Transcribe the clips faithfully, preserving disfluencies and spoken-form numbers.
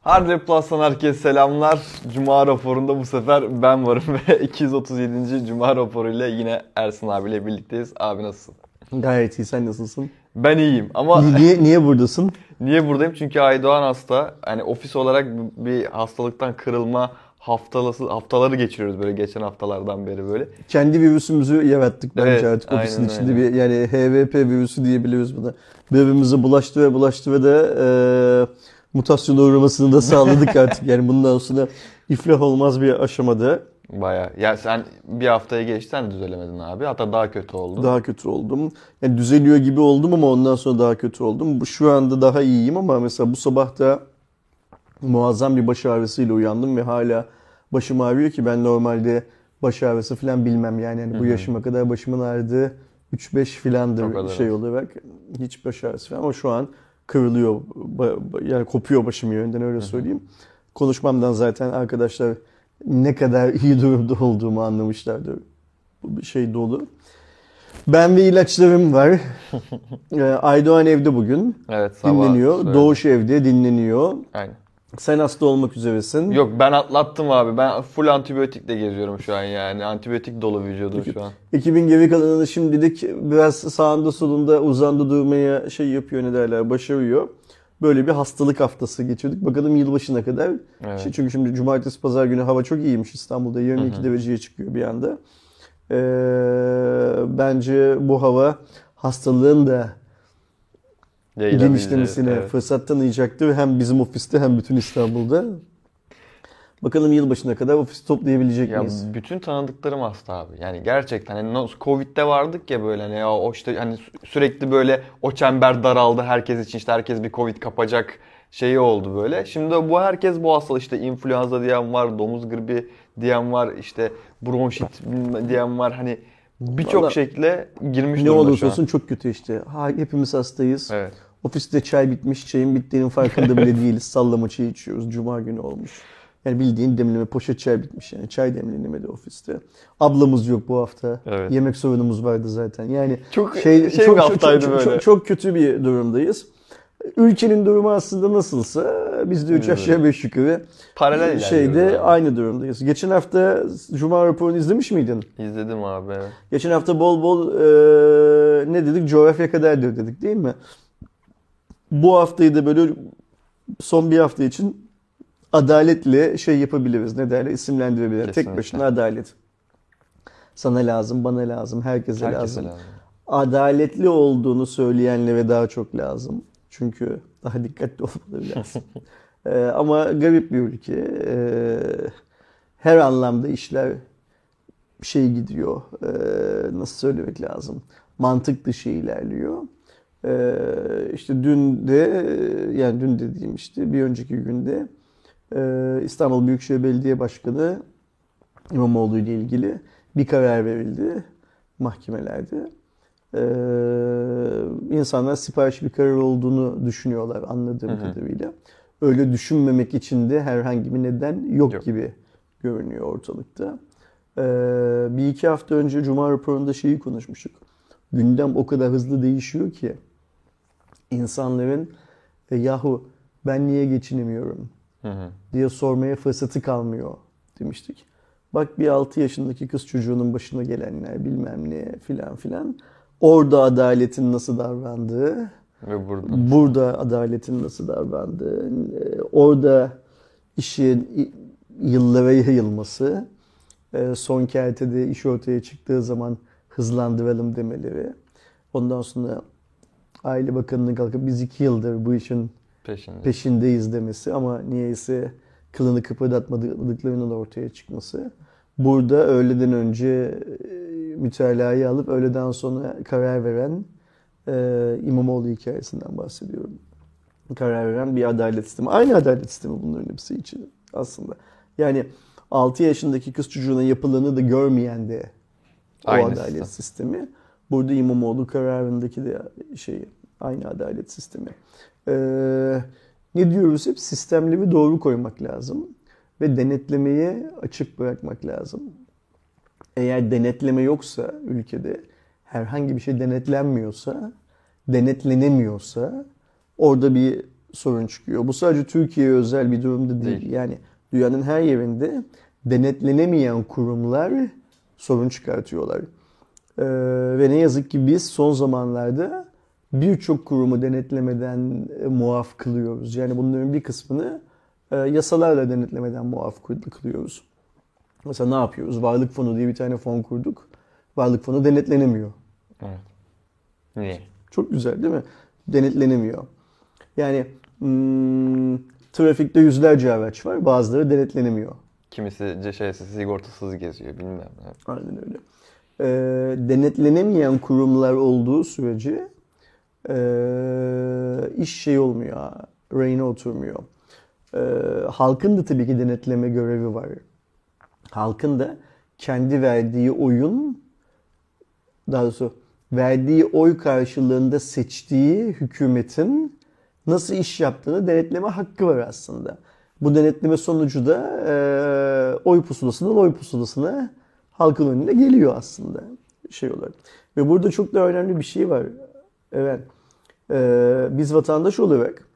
Hard Rap Plus'tan herkese selamlar. Cuma raporunda bu sefer ben varım ve iki yüz otuz yedinci Cuma raporuyla yine Ersin abiyle birlikteyiz. Abi nasılsın? Gayet iyi. Sen nasılsın? Ben iyiyim ama... Niye, niye buradasın? Niye buradayım? Çünkü Aydoğan hasta. Yani ofis olarak bir hastalıktan kırılma haftalası, haftaları geçiriyoruz böyle geçen haftalardan beri böyle. Kendi virüsümüzü yarattık bence Evet, artık ofisin aynen içinde öyle. bir yani H V P virüsü diyebiliyoruz buna. Birbirimize bulaştı ve bulaştı ve de e, mutasyona uğramasını da sağladık artık. Yani bundan sonra iflah olmaz bir aşamada. Baya. Ya sen bir haftaya geçten de düzelemedin abi. Hatta daha kötü oldu. Daha kötü oldum. Yani düzeliyor gibi oldum ama ondan sonra daha kötü oldum. Bu- Şu anda daha iyiyim ama mesela bu sabah da muazzam bir baş ağrısıyla uyandım ve hala başım ağrıyor ki ben normalde baş ağrısı falan bilmem yani. Yani bu yaşıma kadar başımın ağrıdığı üç beş O filandır kadar şey olsun. olarak hiç baş ağrısı falan ama şu an kıvrılıyor ba- ba- yani kopuyor başım yönünden öyle söyleyeyim. Konuşmamdan zaten arkadaşlar ne kadar iyi durumda olduğumu anlamışlardır. Bu bir şey dolu. Ben ve ilaçlarım var. Ee, Aydoğan evde bugün. Evet, sabah Dinleniyor. söyledim. Doğuş evde dinleniyor. Aynen. Sen hasta olmak üzeresin. Yok, ben atlattım abi. Ben full antibiyotikle geziyorum şu an yani. Antibiyotik dolu vücudum şu an. Ekibin geri kalanını şimdilik biraz sağında solunda uzandı durmaya şey yapıyor ne derler başarıyor. Böyle bir hastalık haftası geçirdik. Bakalım yılbaşına kadar. Evet. Şey, çünkü şimdi cumartesi pazar günü hava çok iyiymiş İstanbul'da. yirmi iki dereceye çıkıyor bir anda. Ee, bence bu hava hastalığın da Yayılabileceği, genişlemesine evet. fırsat tanıyacaktır. Hem bizim ofiste hem bütün İstanbul'da. Bakalım yılbaşına kadar ofisi toplayabilecek Ya miyiz? bütün tanıdıklarım hasta abi. Yani gerçekten hani nasıl Covid'de vardık ya böyle hani ya o işte hani sü- sürekli böyle o çember daraldı herkes için, işte herkes bir Covid kapacak şeyi oldu böyle. Şimdi bu herkes bu hastalık, işte influenza diyen var, domuz gribi diyen var, işte bronşit bilmem diyen var. Hani birçok Valla şekle girmiş ne durumda olursa şu an. olsun çok kötü işte. Ha, hepimiz hastayız. Evet. Ofiste çay bitmiş, çayın bittiğinin farkında bile değiliz. Sallama çay içiyoruz. Cuma günü olmuş. Yani bildiğin demleme poşet çay bitmiş yani. Çay demlenemedi ofiste. Ablamız yok bu hafta. Evet. Yemek sorunumuz vardı zaten. Yani Çok şey, şey çok, bir çok, haftaydı çok, böyle. çok, çok kötü bir durumdayız. Ülkenin durumu aslında nasılsa biz de üç Biz de aşağı beş yukarı paralel ilerliyoruz şeyde abi. aynı durumdayız. Geçen hafta Cuma raporunu izlemiş miydin? İzledim abi, evet. Geçen hafta bol bol e, ne dedik? Coğrafya kaderdir dedik değil mi? Bu haftayı da böyle son bir hafta için adaletle şey yapabiliriz. Ne derler? İsimlendirebiliriz. Tek Kesinlikle. başına adalet. Sana lazım, bana lazım, herkese, Herkese lazım. lazım. Adaletli olduğunu söyleyenlere daha çok lazım. Çünkü daha dikkatli olmaları lazım. Ee, ama garip bir ülke. Ee, her anlamda işler şey gidiyor. Ee, nasıl söylemek lazım? Mantık dışı ilerliyor. Ee, işte dün de yani dün dediğim işte bir önceki günde e, İstanbul Büyükşehir Belediye Başkanı İmamoğlu ile ilgili bir karar verildi mahkemelerde. Ee, insanlar sipariş bir karar olduğunu düşünüyorlar anladığım Hı hı. kadarıyla. Öyle düşünmemek için de herhangi bir neden yok, Yok. gibi görünüyor ortalıkta. Ee, bir iki hafta önce Cuma raporunda şeyi konuşmuştuk. Gündem o kadar hızlı değişiyor ki insanların e, yahu ben niye geçinemiyorum Hı hı. diye sormaya fırsatı kalmıyor demiştik. Bak bir altı yaşındaki kız çocuğunun başına gelenler bilmem ne filan filan. Orada adaletin nasıl davrandığı, Ve burada. burada adaletin nasıl davrandığı, e, orada işin i- yıllara yayılması, e, son kertede iş ortaya çıktığı zaman hızlandıralım demeleri. Ondan sonra Aile Bakanı'nın kalkıp biz iki yıldır bu işin Peşinde. peşindeyiz demesi ama niyeyse kılını kıpırdatmadıklarının ortaya çıkması. Burada öğleden önce e, mütalayı alıp öğleden sonra karar veren e, İmamoğlu hikayesinden bahsediyorum. Karar veren bir adalet sistemi. Aynı adalet sistemi bunların hepsi için aslında. Yani altı yaşındaki kız çocuğuna yapılanı da görmeyen de o Aynı adalet sistem. sistemi. Burada İmamoğlu kararındaki de şey aynı adalet sistemi. Ee, ne diyoruz hep? Sistemleri doğru koymak lazım ve denetlemeye açık bırakmak lazım. Eğer denetleme yoksa ülkede, herhangi bir şey denetlenmiyorsa, denetlenemiyorsa orada bir sorun çıkıyor. Bu sadece Türkiye'ye özel bir durum da değil. Değil. Yani dünyanın her yerinde denetlenemeyen kurumlar sorun çıkartıyorlar. Ee, ve ne yazık ki biz son zamanlarda birçok kurumu denetlemeden e, muaf kılıyoruz. Yani bunların bir kısmını e, yasalarla denetlemeden muaf kılıyoruz. Mesela ne yapıyoruz? Varlık fonu diye bir tane fon kurduk. Varlık fonu denetlenemiyor. Evet. Niye? Çok güzel değil mi? Denetlenemiyor. Yani hmm, trafikte yüzlerce araç var. Bazıları denetlenemiyor. Kimisi şeysiz, sigortasız geziyor bilmem ne. Aynen öyle. Ee, denetlenemeyen kurumlar olduğu sürece ee, iş şey olmuyor. Rayına oturmuyor. Ee, halkın da tabii ki denetleme görevi var. Halkın da kendi verdiği oyun, daha doğrusu verdiği oy karşılığında seçtiği hükümetin nasıl iş yaptığını denetleme hakkı var aslında. Bu denetleme sonucu da e, oy pusulasından oy pusulasına halkın önüne geliyor aslında şey olarak. Ve burada çok da önemli bir şey var. Evet, e, biz vatandaş olarak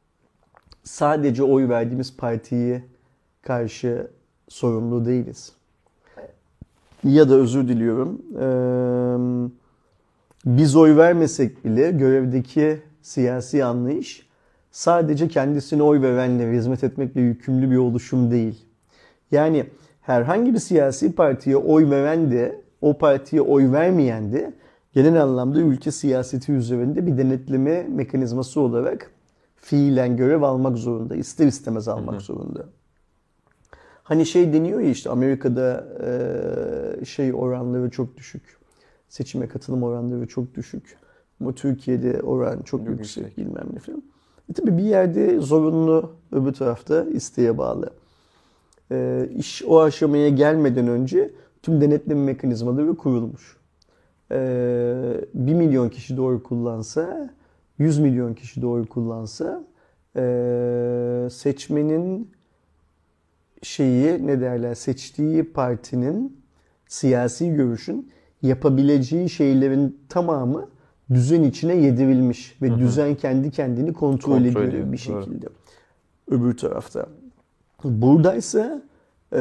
sadece oy verdiğimiz partiye karşı sorumlu değiliz. Ya da özür diliyorum. Ee, biz oy vermesek bile görevdeki siyasi anlayış sadece kendisine oy verenlere hizmet etmekle yükümlü bir oluşum değil. Yani herhangi bir siyasi partiye oy veren de o partiye oy vermeyen de genel anlamda ülke siyaseti üzerinde bir denetleme mekanizması olarak fiilen görev almak zorunda. İster istemez almak hı hı. zorunda. Hani şey deniyor ya işte Amerika'da e, şey oranları çok düşük. Seçime katılım oranları çok düşük. Ama Türkiye'de oran çok, çok yüksek, yüksek bilmem ne falan. E tabii bir yerde zorunlu, öbür tarafta isteğe bağlı. E, iş o aşamaya gelmeden önce tüm denetleme mekanizmaları kurulmuş. E, bir milyon kişi de oy kullansa, yüz milyon kişi de oy kullansa e, seçmenin şeyi ne derler seçtiği partinin siyasi görüşün yapabileceği şeylerin tamamı düzen içine yedirilmiş ve hı hı. düzen kendi kendini kontrol, kontrol ediyor, ediyor bir şekilde. Evet. Öbür tarafta. Buradaysa e,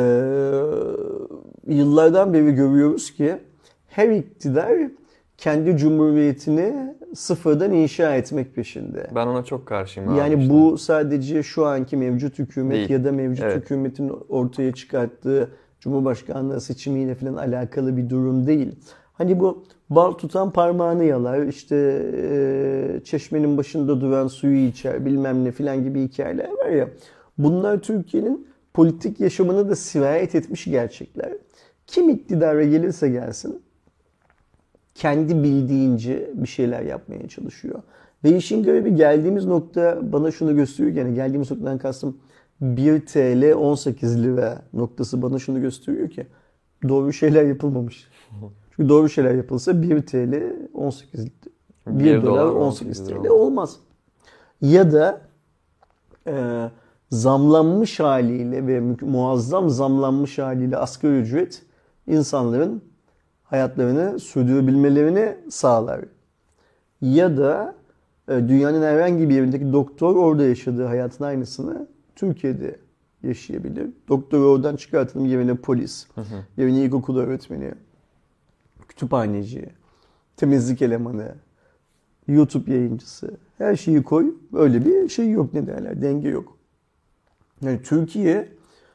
yıllardan beri görüyoruz ki her iktidar kendi cumhuriyetini sıfırdan inşa etmek peşinde. Ben ona çok karşıyım abi. Yani işte. Bu sadece şu anki mevcut hükümet Değil. ya da mevcut evet. hükümetin ortaya çıkarttığı Cumhurbaşkanlığı seçimiyle falan alakalı bir durum değil. Hani bu bal tutan parmağını yalar, işte e, çeşmenin başında duran suyu içer bilmem ne falan gibi hikayeler var ya. Bunlar Türkiye'nin politik yaşamını da sirayet etmiş gerçekler. Kim iktidara gelirse gelsin kendi bildiğince bir şeyler yapmaya çalışıyor. Ve işin garibi geldiğimiz nokta bana şunu gösteriyor. Yani geldiğimiz noktadan kastım bir TL on sekiz lira noktası bana şunu gösteriyor ki doğru şeyler yapılmamış. Çünkü doğru şeyler yapılsa bir TL on sekiz bir dolar on sekiz TL olmaz. Ya da e, zamlanmış haliyle ve muazzam zamlanmış haliyle asgari ücret insanların hayatlarını sürdürebilmelerini sağlar. Ya da dünyanın herhangi bir yerindeki doktor orada yaşadığı hayatın aynısını Türkiye'de yaşayabilir. Doktoru oradan çıkartalım yerine polis, hı hı. yerine ilkokul öğretmeni, kütüphaneci, temizlik elemanı, YouTube yayıncısı. Her şeyi koy. Öyle bir şey yok ne derler. Denge yok. Yani Türkiye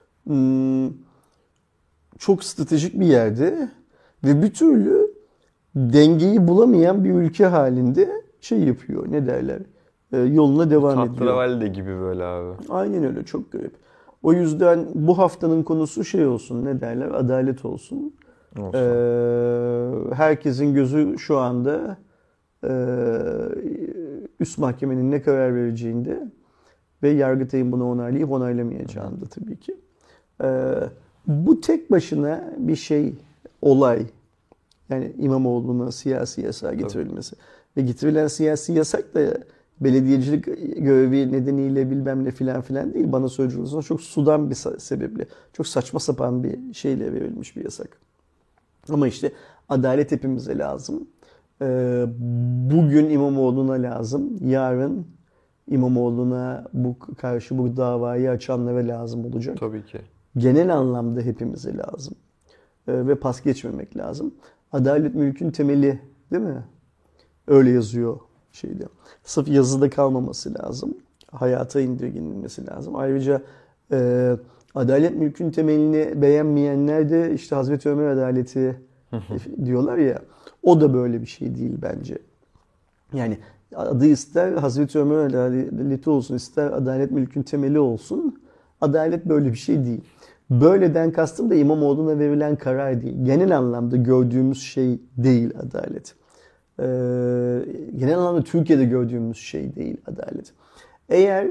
çok stratejik bir yerde ve bir türlü dengeyi bulamayan bir ülke halinde şey yapıyor. Ne derler? E, yoluna devam ediyor. Tahterevalli gibi böyle abi. Aynen öyle. Çok garip. O yüzden bu haftanın konusu şey olsun. Ne derler? Adalet olsun. olsun. E, herkesin gözü şu anda e, üst mahkemenin ne karar vereceğinde ve Yargıtay'ın bunu onaylayıp onaylamayacağında tabii ki. E, bu tek başına bir şey, olay. Yani İmamoğlu'na siyasi yasağa getirilmesi. Ve getirilen siyasi yasak da belediyecilik görevi nedeniyle bilmem ne filan filan değil. Bana söylediğinizde çok sudan bir sebeple, çok saçma sapan bir şeyle verilmiş bir yasak. Ama işte adalet hepimize lazım. Bugün İmamoğlu'na lazım. Yarın İmamoğlu'na bu karşı bu davayı açanlara lazım olacak. Tabii ki. Genel anlamda hepimize lazım. Ee, ve pas geçmemek lazım. Adalet mülkün temeli, değil mi? Öyle yazıyor şeyde. Sırf yazıda kalmaması lazım. Hayata indirgenilmesi lazım. Ayrıca e, adalet mülkün temelini beğenmeyenler de işte Hazreti Ömer adaleti diyorlar ya. O da böyle bir şey değil bence. Yani adı ister Hazreti Ömer adaleti olsun, ister adalet mülkün temeli olsun. Adalet böyle bir şey değil. Böyleden kastım da İmamoğlu'na verilen karar değil. Genel anlamda gördüğümüz şey değil adalet. Ee, genel anlamda Türkiye'de gördüğümüz şey değil adalet. Eğer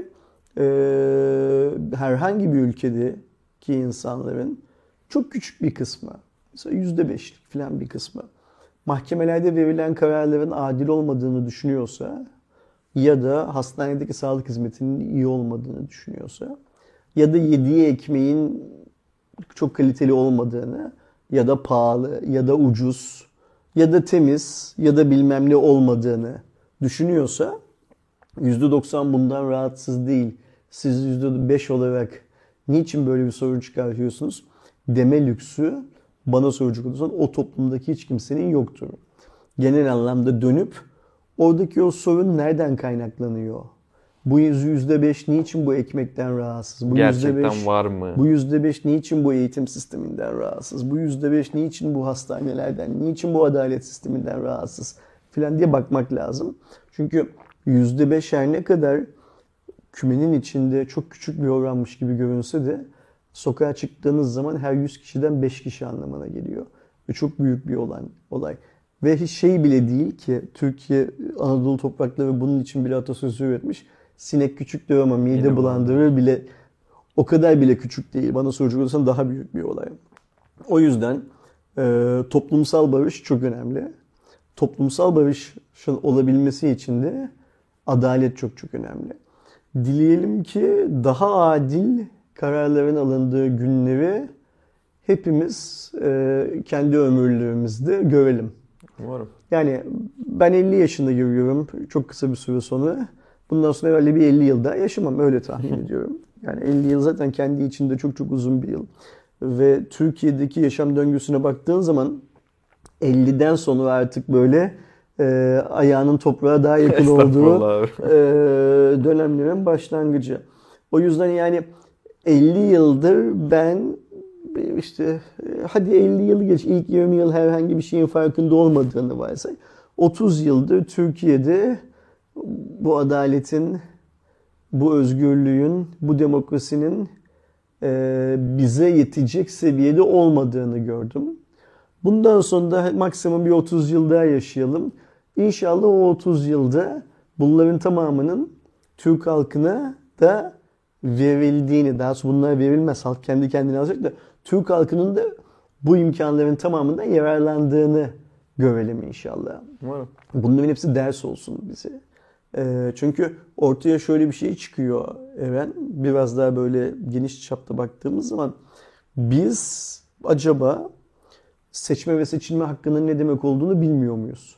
e, herhangi bir ülkedeki insanların çok küçük bir kısmı, mesela yüzde beşlik falan bir kısmı, mahkemelerde verilen kararların adil olmadığını düşünüyorsa ya da hastanedeki sağlık hizmetinin iyi olmadığını düşünüyorsa ya da yediği ekmeğin çok kaliteli olmadığını ya da pahalı ya da ucuz ya da temiz ya da bilmem ne olmadığını düşünüyorsa yüzde doksan bundan rahatsız değil. Siz yüzde beş olarak niçin böyle bir sorun çıkartıyorsunuz deme lüksü bana soracak olursan o toplumdaki hiç kimsenin yoktur. Genel anlamda dönüp oradaki o sorun nereden kaynaklanıyor? Bu yüzde beş niçin bu ekmekten rahatsız? Bu Gerçekten yüzde beş, var mı? Bu yüzde beş niçin bu eğitim sisteminden rahatsız? Bu yüzde beş niçin bu hastanelerden, niçin bu adalet sisteminden rahatsız? Filan diye bakmak lazım. Çünkü yüzde beş her ne kadar kümenin içinde çok küçük bir oranmış gibi görünse de sokağa çıktığınız zaman her yüz kişiden beş kişi anlamına geliyor. Ve çok büyük bir olan olay. Ve hiç şey bile değil ki Türkiye, Anadolu toprakları bunun için bile atasözü üretmiş. Sinek küçüktür ama mide Mide bulandırır bile o kadar bile küçük değil. Bana soracak olursan daha büyük bir olay. O yüzden e, toplumsal barış çok önemli. Toplumsal barışın olabilmesi için de adalet çok çok önemli. Dileyelim ki daha adil kararların alındığı günleri hepimiz e, kendi ömürlerimizde görelim. Umarım. Yani ben elli yaşında görüyorum çok kısa bir süre sonra. Bundan sonra herhalde bir elli yıl daha yaşamam öyle tahmin ediyorum. Yani elli yıl zaten kendi içinde çok çok uzun bir yıl. Ve Türkiye'deki yaşam döngüsüne baktığın zaman elliden sonra artık böyle e, ayağının toprağa daha yakın olduğu e, dönemlerin başlangıcı. O yüzden yani elli yıldır ben işte hadi elli yıl geç ilk yirmi yıl herhangi bir şeyin farkında olmadığını varsay. otuz yıldır Türkiye'de bu adaletin, bu özgürlüğün, bu demokrasinin e, bize yetecek seviyede olmadığını gördüm. Bundan sonra da maksimum bir otuz yıl daha yaşayalım. İnşallah o otuz yılda bunların tamamının Türk halkına da verildiğini, daha sonra bunlar verilmez, halk kendi kendine alacak da Türk halkının da bu imkanların tamamından yararlandığını görelim inşallah. Umarım. Bunların hepsi ders olsun bize. E, çünkü ortaya şöyle bir şey çıkıyor Eren. Biraz daha böyle geniş çapta baktığımız zaman biz acaba seçme ve seçilme hakkının ne demek olduğunu bilmiyor muyuz?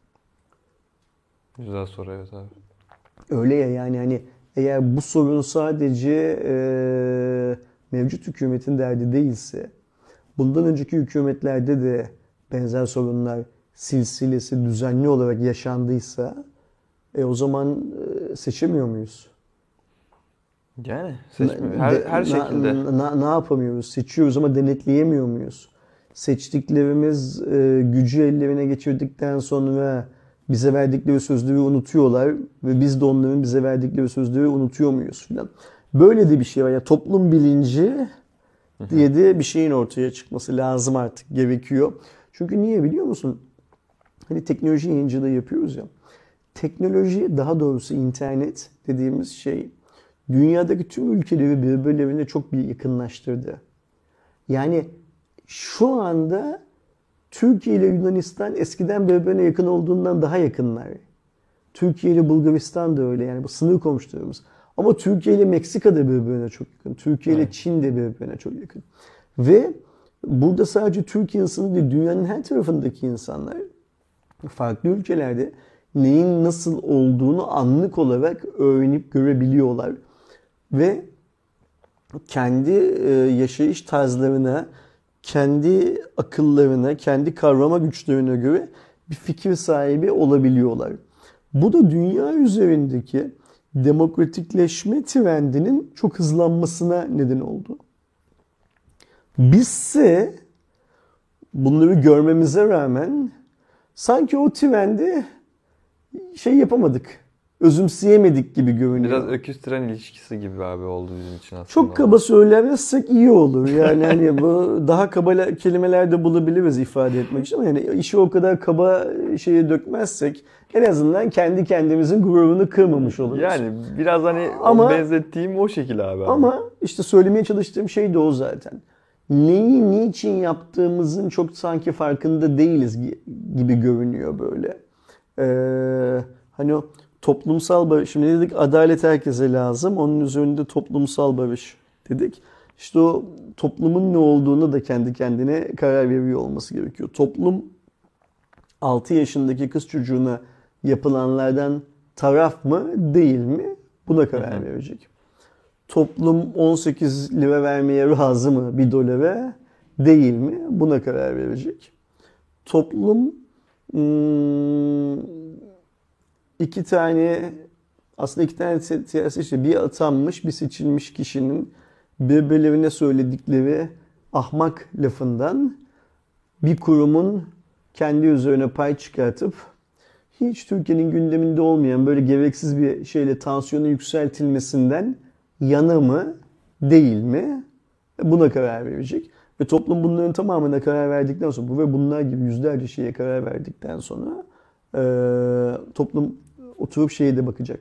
Güzel soru evet abi. Öyle ya yani hani eğer bu sorun sadece e, mevcut hükümetin derdi değilse, bundan önceki hükümetlerde de benzer sorunlar silsilesi düzenli olarak yaşandıysa, e, o zaman e, seçemiyor muyuz? Yani seçme, her, De- her şekilde. Na, na- ne yapamıyoruz? Seçiyoruz ama denetleyemiyor muyuz? Seçtiklerimiz e, gücü ellerine geçirdikten sonra bize verdikleri sözleri unutuyorlar ve biz de onların bize verdikleri sözleri unutuyor muyuz filan. Böyle de bir şey var ya, toplum bilinci diye de bir şeyin ortaya çıkması lazım artık, gerekiyor. Çünkü niye biliyor musun? Hani teknoloji yayıncılığı yapıyoruz ya. Teknoloji, daha doğrusu internet dediğimiz şey dünyadaki tüm ülkeleri birbirlerine çok bir yakınlaştırdı. Yani şu anda Türkiye ile Yunanistan eskiden birbirine yakın olduğundan daha yakınlar. Türkiye ile Bulgaristan da öyle, yani bu sınır komşularımız. Ama Türkiye ile Meksika da birbirine çok yakın. Türkiye ile Çin de birbirine çok yakın. Ve burada sadece Türkiye insanı değil, dünyanın her tarafındaki insanlar farklı ülkelerde neyin nasıl olduğunu anlık olarak öğrenip görebiliyorlar. Ve kendi yaşayış tarzlarına, kendi akıllarına, kendi kavrama güçlerine göre bir fikir sahibi olabiliyorlar. Bu da dünya üzerindeki demokratikleşme trendinin çok hızlanmasına neden oldu. Bizse bunları görmemize rağmen sanki o trendi şey yapamadık, özümseyemedik gibi görünüyor. Biraz öküz tren ilişkisi gibi abi oldu bizim için aslında. Çok kaba söylemezsek iyi olur. Yani hani bu daha kaba kelimeler de bulabiliriz ifade etmek için ama yani işi o kadar kaba şeye dökmezsek en azından kendi kendimizin gururunu kırmamış oluruz. Yani biraz hani ama, benzettiğim o şekil abi. Ama işte söylemeye çalıştığım şey de o zaten. Neyi niçin yaptığımızın çok sanki farkında değiliz gibi görünüyor böyle. Ee, hani o toplumsal barış, şimdi ne dedik? Adalet herkese lazım. Onun üzerinde toplumsal barış dedik. İşte o toplumun ne olduğunu da kendi kendine karar veriyor olması gerekiyor. Toplum altı yaşındaki kız çocuğuna yapılanlardan taraf mı değil mi? Buna karar Hı-hı. verecek. Toplum on sekiz lira vermeye razı mı bir dolara değil mi? Buna karar verecek. Toplum hmm, iki tane aslında iki tane siyasetçi, bir atanmış bir seçilmiş kişinin birbirlerine söyledikleri ahmak lafından bir kurumun kendi üzerine pay çıkartıp hiç Türkiye'nin gündeminde olmayan böyle gereksiz bir şeyle tansiyonu yükseltilmesinden yana mı değil mi? Buna karar verecek. Ve toplum bunların tamamına karar verdikten sonra bu ve bunlar gibi yüzlerce şeye karar verdikten sonra e, toplum oturup şeye de bakacak.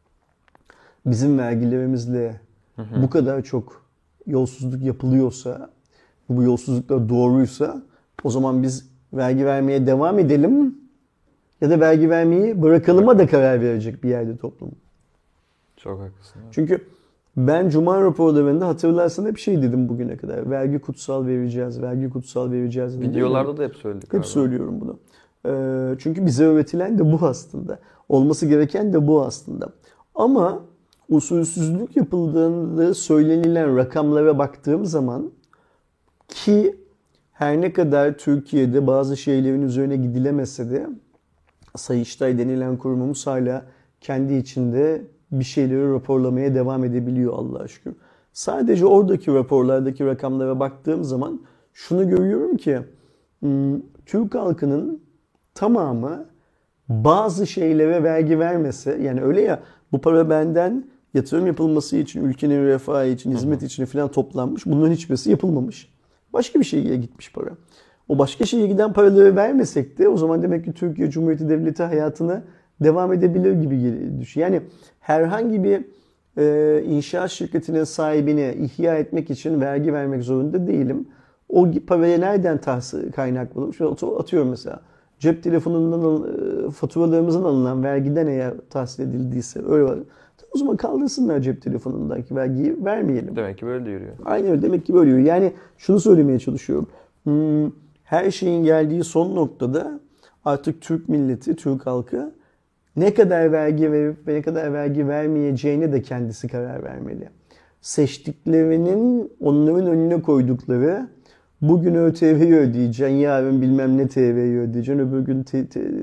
Bizim vergilerimizle hı hı. bu kadar çok yolsuzluk yapılıyorsa, bu yolsuzluklar doğruysa o zaman biz vergi vermeye devam edelim ya da vergi vermeyi bırakalıma da karar verecek bir yerde toplum. Çok haklısın. Çünkü ben Cuma raporlarında hatırlarsan hep şey dedim bugüne kadar. Vergi kutsal vereceğiz, vergi kutsal vereceğiz. Videolarda da hep söyledik. Hep abi. söylüyorum bunu. Çünkü bize öğretilen de bu aslında. Olması gereken de bu aslında. Ama usulsüzlük yapıldığında söylenilen rakamlara baktığım zaman ki her ne kadar Türkiye'de bazı şeylerin üzerine gidilemese de Sayıştay denilen kurumumuz hala kendi içinde bir şeyleri raporlamaya devam edebiliyor Allah'a şükür. Sadece oradaki raporlardaki rakamlara baktığım zaman şunu görüyorum ki Türk halkının tamamı bazı şeylere vergi vermese, yani öyle ya bu para benden yatırım yapılması için, ülkenin refahı için, hizmet için falan toplanmış. Bunların hiçbirisi yapılmamış. Başka bir şeye gitmiş para. O başka şeye giden paraları vermesek de o zaman demek ki Türkiye Cumhuriyeti Devleti hayatına devam edebilir gibi düşüyor. Yani herhangi bir e, inşaat şirketinin sahibine ihya etmek için vergi vermek zorunda değilim. O paraya nereden tahsil kaynaklanır? Şöyle atıyorum mesela. Cep telefonundan faturalarımızın alınan vergiden eğer tahsil edildiyse öyle var. O zaman kaldırsınlar cep telefonundaki vergiyi, vermeyelim. Demek ki böyle yürüyor. Aynen öyle, demek ki böyle yürüyor. Yani şunu söylemeye çalışıyorum. Hmm, her şeyin geldiği son noktada artık Türk milleti, Türk halkı ne kadar vergi verip ve ne kadar vergi vermeyeceğine de kendisi karar vermeli. Seçtiklerinin onların önüne koydukları bugün ÖTV'yi ödeyeceksin, yarın bilmem ne T V'yi ödeyeceksin, öbür gün T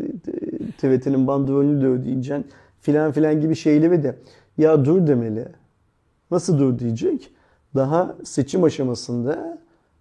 V T'nin bandrolünü de ödeyeceksin filan filan gibi şeyleri de ya dur demeli. Nasıl dur diyecek? Daha seçim aşamasında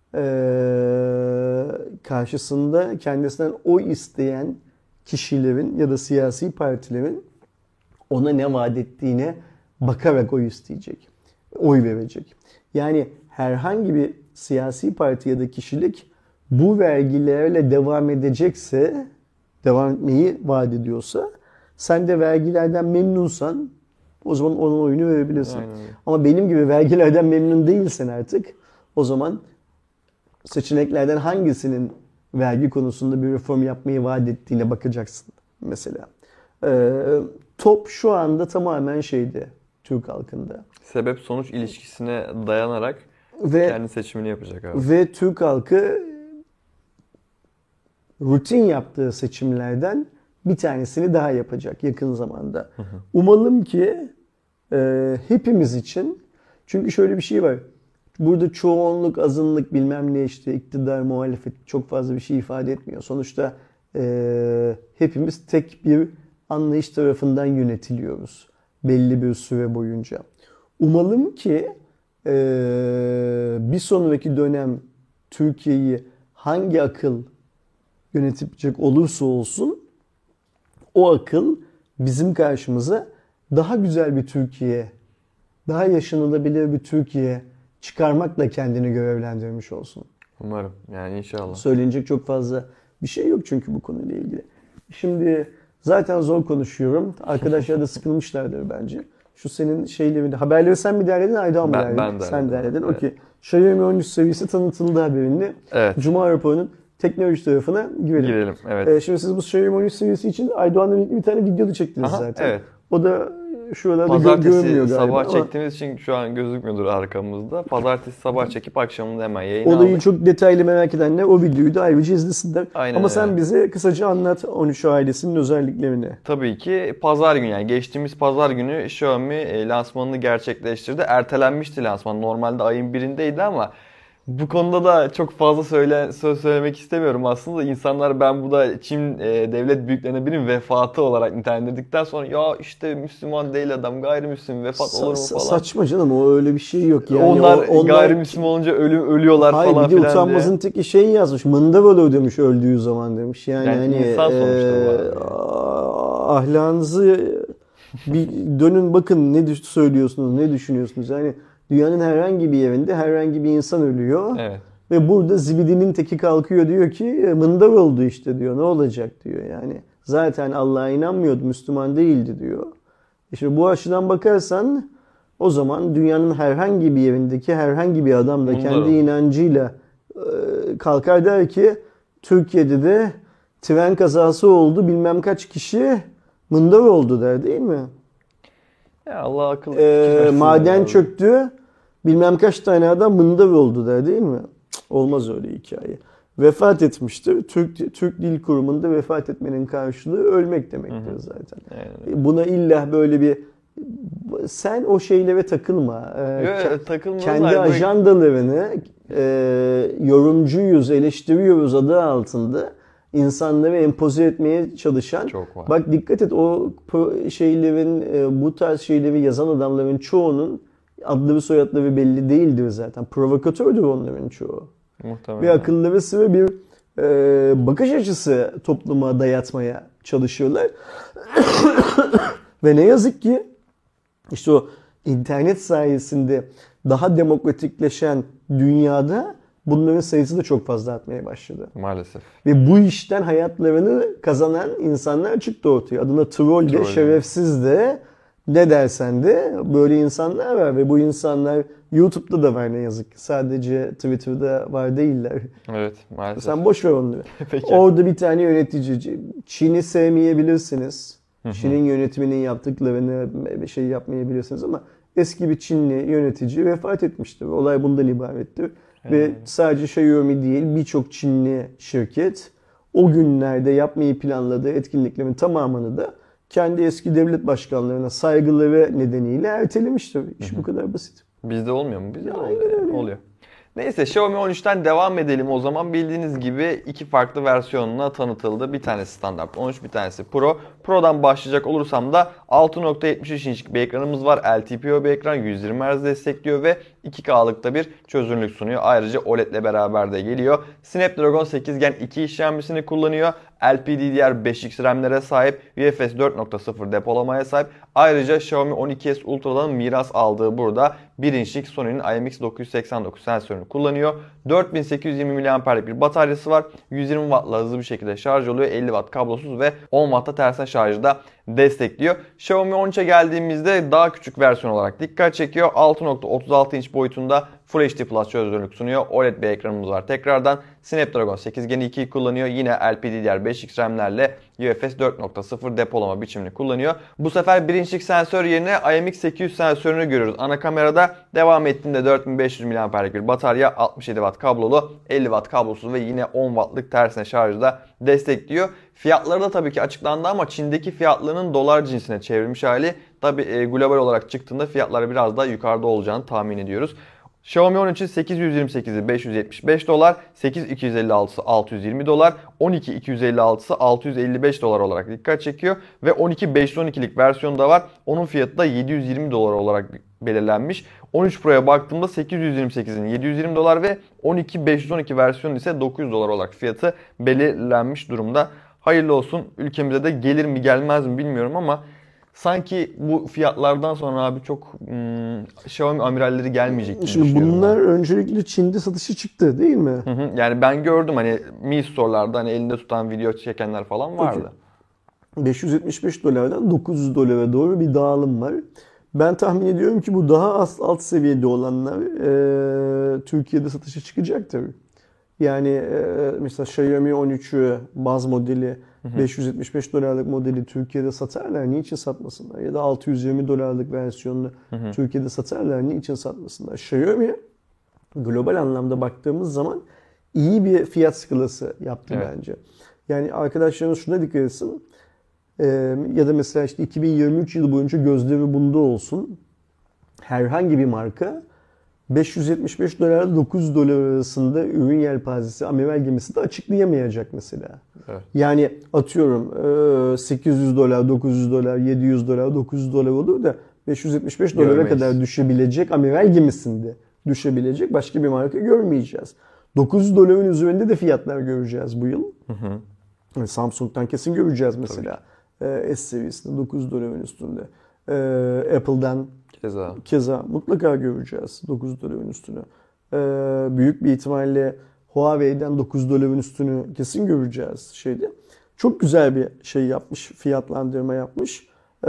ee, karşısında kendisinden oy isteyen kişilerin ya da siyasi partilerin ona ne vaat ettiğine bakarak oy isteyecek. Oy verecek. Yani herhangi bir siyasi parti ya da kişilik bu vergilerle devam edecekse, devam etmeyi vaat ediyorsa, sen de vergilerden memnunsan o zaman onun oyunu verebilirsin. Aynen. Ama benim gibi vergilerden memnun değilsen artık o zaman seçeneklerden hangisinin vergi konusunda bir reform yapmayı vaat ettiğine bakacaksın mesela. Ee, top şu anda tamamen şeyde, Türk halkında. Sebep-sonuç ilişkisine dayanarak ve, kendi seçimini yapacak abi. Ve Türk halkı rutin yaptığı seçimlerden bir tanesini daha yapacak yakın zamanda. Umalım ki e, hepimiz için, çünkü şöyle bir şey var. Burada çoğunluk, azınlık bilmem ne işte iktidar, muhalefet çok fazla bir şey ifade etmiyor. Sonuçta e, hepimiz tek bir anlayış tarafından yönetiliyoruz belli bir süre boyunca. Umalım ki e, bir sonraki dönem Türkiye'yi hangi akıl yönetecek olursa olsun o akıl bizim karşımıza daha güzel bir Türkiye, daha yaşanılabilir bir Türkiye çıkarmakla kendini görevlendirmiş olsun. Umarım. Yani inşallah. Söylenecek çok fazla bir şey yok çünkü bu konuyla ilgili. Şimdi zaten zor konuşuyorum. Arkadaşlar da sıkılmışlardır bence. Şu senin şeylerini, haberleri sen mi derledin, Aydoğan mı Ben- derledin? ben derledim. Sen derledin. Evet. Okey. Xiaomi on üç seviyesi tanıtıldı haberinde. Evet. Cuma raporunun teknoloji tarafına girelim. Girelim. Evet. Ee, şimdi siz bu Xiaomi on üç seviyesi için Aydoğan'la birlikte bir tane video da çektiniz Aha, zaten. evet. O da şuralarda gö- görünmüyor Pazartesi galiba sabah ama çektiğimiz için şu an gözükmüyordur arkamızda. Pazartesi sabah çekip akşamında hemen yayına olayı aldık. çok detaylı merak edenler o videoyu da ayrıca izlesinler. Aynen Ama sen öyle. bize kısaca anlat on üç ailesinin özelliklerini. Tabii ki pazar günü, yani geçtiğimiz pazar günü Xiaomi e, lansmanını gerçekleştirdi. Ertelenmişti lansman. Normalde ayın birindeydi ama bu konuda da çok fazla söyle, söz söylemek istemiyorum aslında. İnsanlar, ben bu da Çin e, devlet büyüklerinden birinin vefatı olarak nitelendirdikten sonra ya işte Müslüman değil adam, gayrimüslim vefat Sa- olur mu sa- falan. Saçma canım, o öyle bir şey yok. Yani onlar, o- gayrimüslim olunca ölü, ölüyorlar Hayır, falan bir de filan utanmazın diye. teki şey yazmış. Mındav olur demiş öldüğü zaman demiş. Yani, Yani hani insan sonuçta bu eee, arada. ahlakınızı bir dönün bakın, ne düş- söylüyorsunuz, ne düşünüyorsunuz. Yani dünyanın herhangi bir yerinde herhangi bir insan ölüyor. Evet. Ve burada zibidinin teki kalkıyor, diyor ki mındav oldu işte diyor. Ne olacak diyor yani. Zaten Allah'a inanmıyordu, Müslüman değildi diyor. İşte bu açıdan bakarsan o zaman dünyanın herhangi bir yerindeki herhangi bir adam da Mundar kendi olur. inancıyla e, kalkar der ki Türkiye'de de tren kazası oldu, bilmem kaç kişi mındav oldu der, değil mi? Ya Allah akıl E, versin maden ya. çöktü, bilmem kaç tane adam mındav oldu der, değil mi? Cık, olmaz öyle hikaye. Vefat etmiştir. Türk Türk Dil Kurumu'nda vefat etmenin karşılığı ölmek demektir Hı hı. zaten. Yani. Buna illa böyle bir, sen o şeylere takılma. Ee, Yo, ke- takılmaz kendi abi. ajandalarını e, yorumcuyuz, eleştiriyoruz adı altında insanları empoze etmeye çalışan. Çok var. Bak dikkat et, o pro- şeylerin, e, bu tarz şeyleri yazan adamların çoğunun adları soyadları belli değildir zaten. Provokatördür onların çoğu. Muhtemelen. Bir akılları sıra bir e, bakış açısı topluma dayatmaya çalışıyorlar. Ve ne yazık ki işte o internet sayesinde daha demokratikleşen dünyada bunların sayısı da çok fazla artmaya başladı. Maalesef. Ve bu işten hayatlarını kazanan insanlar çıktı ortaya. Adına troll de, Troll de. şerefsiz de, ne dersen de böyle insanlar var. Ve bu insanlar YouTube'da da var ne yazık ki. Sadece Twitter'da var değiller. Evet, maalesef. Sen boş ver onları. Peki. Orada bir tane yönetici. Çin'i sevmeyebilirsiniz. Çin'in yönetiminin yaptıklarını bir şey yapmayabilirsiniz ama eski bir Çinli yönetici vefat etmiştir. Olay bundan ibarettir. Ve sadece Xiaomi değil, birçok Çinli şirket o günlerde yapmayı planladığı etkinliklerin tamamını da kendi eski devlet başkanlarına saygıları nedeniyle ertelemiştir. İş bu kadar basit. Bizde olmuyor mu? Bizde de Aynen oluyor. öyle. oluyor. Neyse, Xiaomi on üçten devam edelim o zaman. Bildiğiniz gibi iki farklı versiyonuna tanıtıldı. Bir tanesi standart on üç, bir tanesi Pro. Pro'dan başlayacak olursam da altı nokta yetmiş üç inçlik bir ekranımız var. L T P O bir ekran, yüz yirmi hertz destekliyor ve iki K'lık da bir çözünürlük sunuyor. Ayrıca O L E D ile beraber de geliyor. Snapdragon sekiz Gen iki işlemcisini kullanıyor. L P D D R beş X RAM'lere sahip, U F S dört nokta sıfır depolamaya sahip. Ayrıca Xiaomi on iki S Ultra'dan miras aldığı burada bir inçlik Sony'nin I M X dokuz yüz seksen dokuz sensörünü kullanıyor. dört bin sekiz yüz yirmi miliamperlik bir bataryası var. yüz yirmi wattla hızlı bir şekilde şarj oluyor. elli watt kablosuz ve on wattla tersine şarjda. destekliyor. Xiaomi on üçe geldiğimizde daha küçük versiyon olarak dikkat çekiyor. altı nokta otuz altı inç boyutunda Full H D Plus çözünürlük sunuyor. O L E D bir ekranımız var tekrardan. Snapdragon sekiz Gen ikiyi kullanıyor. Yine L P D D R beş X RAM'lerle U F S dört nokta sıfır depolama biçimini kullanıyor. Bu sefer bir inçlik sensör yerine I M X sekiz yüz sensörünü görüyoruz. Ana kamerada devam ettiğinde dört bin beş yüz miliamperlik bir batarya, altmış yedi watt kablolu, elli watt kablosuz ve yine on wattlık tersine şarjı da destekliyor. Fiyatları da tabii ki açıklandı ama Çin'deki fiyatlarının dolar cinsine çevrilmiş hali. Tabii e, global olarak çıktığında fiyatları biraz daha yukarıda olacağını tahmin ediyoruz. Xiaomi on üçün sekiz yüz yirmi sekizi beş yüz yetmiş beş dolar, sekiz iki yüz elli altısı altı yüz yirmi dolar, on iki iki yüz elli altısı altı yüz elli beş dolar olarak dikkat çekiyor ve on iki beş yüz on ikilik versiyonu da var. Onun fiyatı da yedi yüz yirmi dolar olarak belirlenmiş. on üç Pro'ya baktığımda sekiz yüz yirmi sekizin yedi yüz yirmi dolar ve on iki beş yüz on iki versiyonu ise dokuz yüz dolar olarak fiyatı belirlenmiş durumda. Hayırlı olsun. Ülkemize de gelir mi gelmez mi bilmiyorum ama sanki bu fiyatlardan sonra abi çok hmm, Xiaomi amiralleri gelmeyecek gibi Şimdi düşünüyorum bunlar ben. öncelikle Çin'de satışa çıktı değil mi? Hı hı. Yani ben gördüm hani Mi Store'larda hani elinde tutan video çekenler falan vardı. beş yüz yetmiş beş dolardan dokuz yüz dolara doğru bir dağılım var. Ben tahmin ediyorum ki bu daha az alt seviyede olanlar e, Türkiye'de satışa çıkacaktır. Yani e, mesela Xiaomi on üçü baz modeli hı hı. beş yüz yetmiş beş dolarlık modeli Türkiye'de satarlar. Niçin satmasınlar? Ya da altı yüz yirmi dolarlık versiyonunu hı hı. Türkiye'de satarlar. Niçin satmasınlar? Xiaomi global anlamda baktığımız zaman iyi bir fiyat skalası yaptı evet. bence. Yani arkadaşlarımız şuna dikkat etsin. Ee, ya da mesela işte iki bin yirmi üç yılı boyunca gözleri bunda olsun. Herhangi bir marka beş yüz yetmiş beş dolar dokuz yüz dolar arasında ürün yelpazesi, amiral gemisi de açıklayamayacak mesela. Evet. Yani atıyorum sekiz yüz dolar, dokuz yüz dolar, yedi yüz dolar, dokuz yüz dolar olur da beş yüz yetmiş beş dolara Görmeyiz. kadar düşebilecek amiral gemisinde düşebilecek başka bir marka görmeyeceğiz. dokuz yüz doların üzerinde de fiyatlar göreceğiz bu yıl. Hı hı. Samsung'dan kesin göreceğiz mesela. S seviyesinde dokuz yüz doların üstünde. Apple'dan Keza. Keza mutlaka göreceğiz dokuz doların üstünü. Ee, büyük bir ihtimalle Huawei'den dokuz doların üstünü kesin göreceğiz şeyde. Çok güzel bir şey yapmış, fiyatlandırma yapmış. Ee,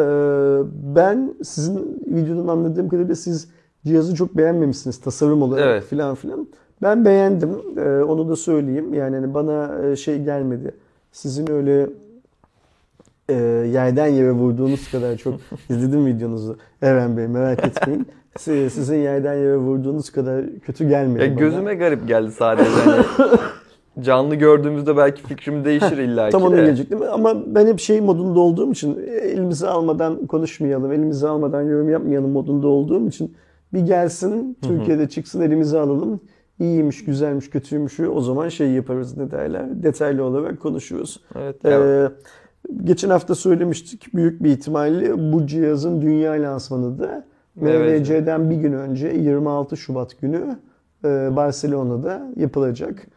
ben sizin videodan anladığım kadarıyla siz cihazı çok beğenmemişsiniz tasarım olarak evet. filan filan. Ben beğendim. Ee, onu da söyleyeyim. Yani hani bana şey gelmedi. Sizin öyle E, yerden yere vurduğunuz kadar çok izledim videonuzu Eren Bey merak etmeyin. Sizin yerden yere vurduğunuz kadar kötü gelmedi ya bana. Gözüme garip geldi sadece. Hani canlı gördüğümüzde belki fikrim değişir illa ki Tam de. ona gelecektim ama ben hep şey modunda olduğum için elimizi almadan konuşmayalım, elimizi almadan yorum yapmayalım modunda olduğum için bir gelsin Türkiye'de çıksın elimizi alalım. İyiymiş, güzelmiş, kötüymüş o zaman şey yaparız ne derler detaylı olarak konuşuruz. Evet. Ee, Geçen hafta söylemiştik büyük bir ihtimalle bu cihazın dünya lansmanı da M V C'den bir gün önce yirmi altı Şubat günü Barcelona'da yapılacak.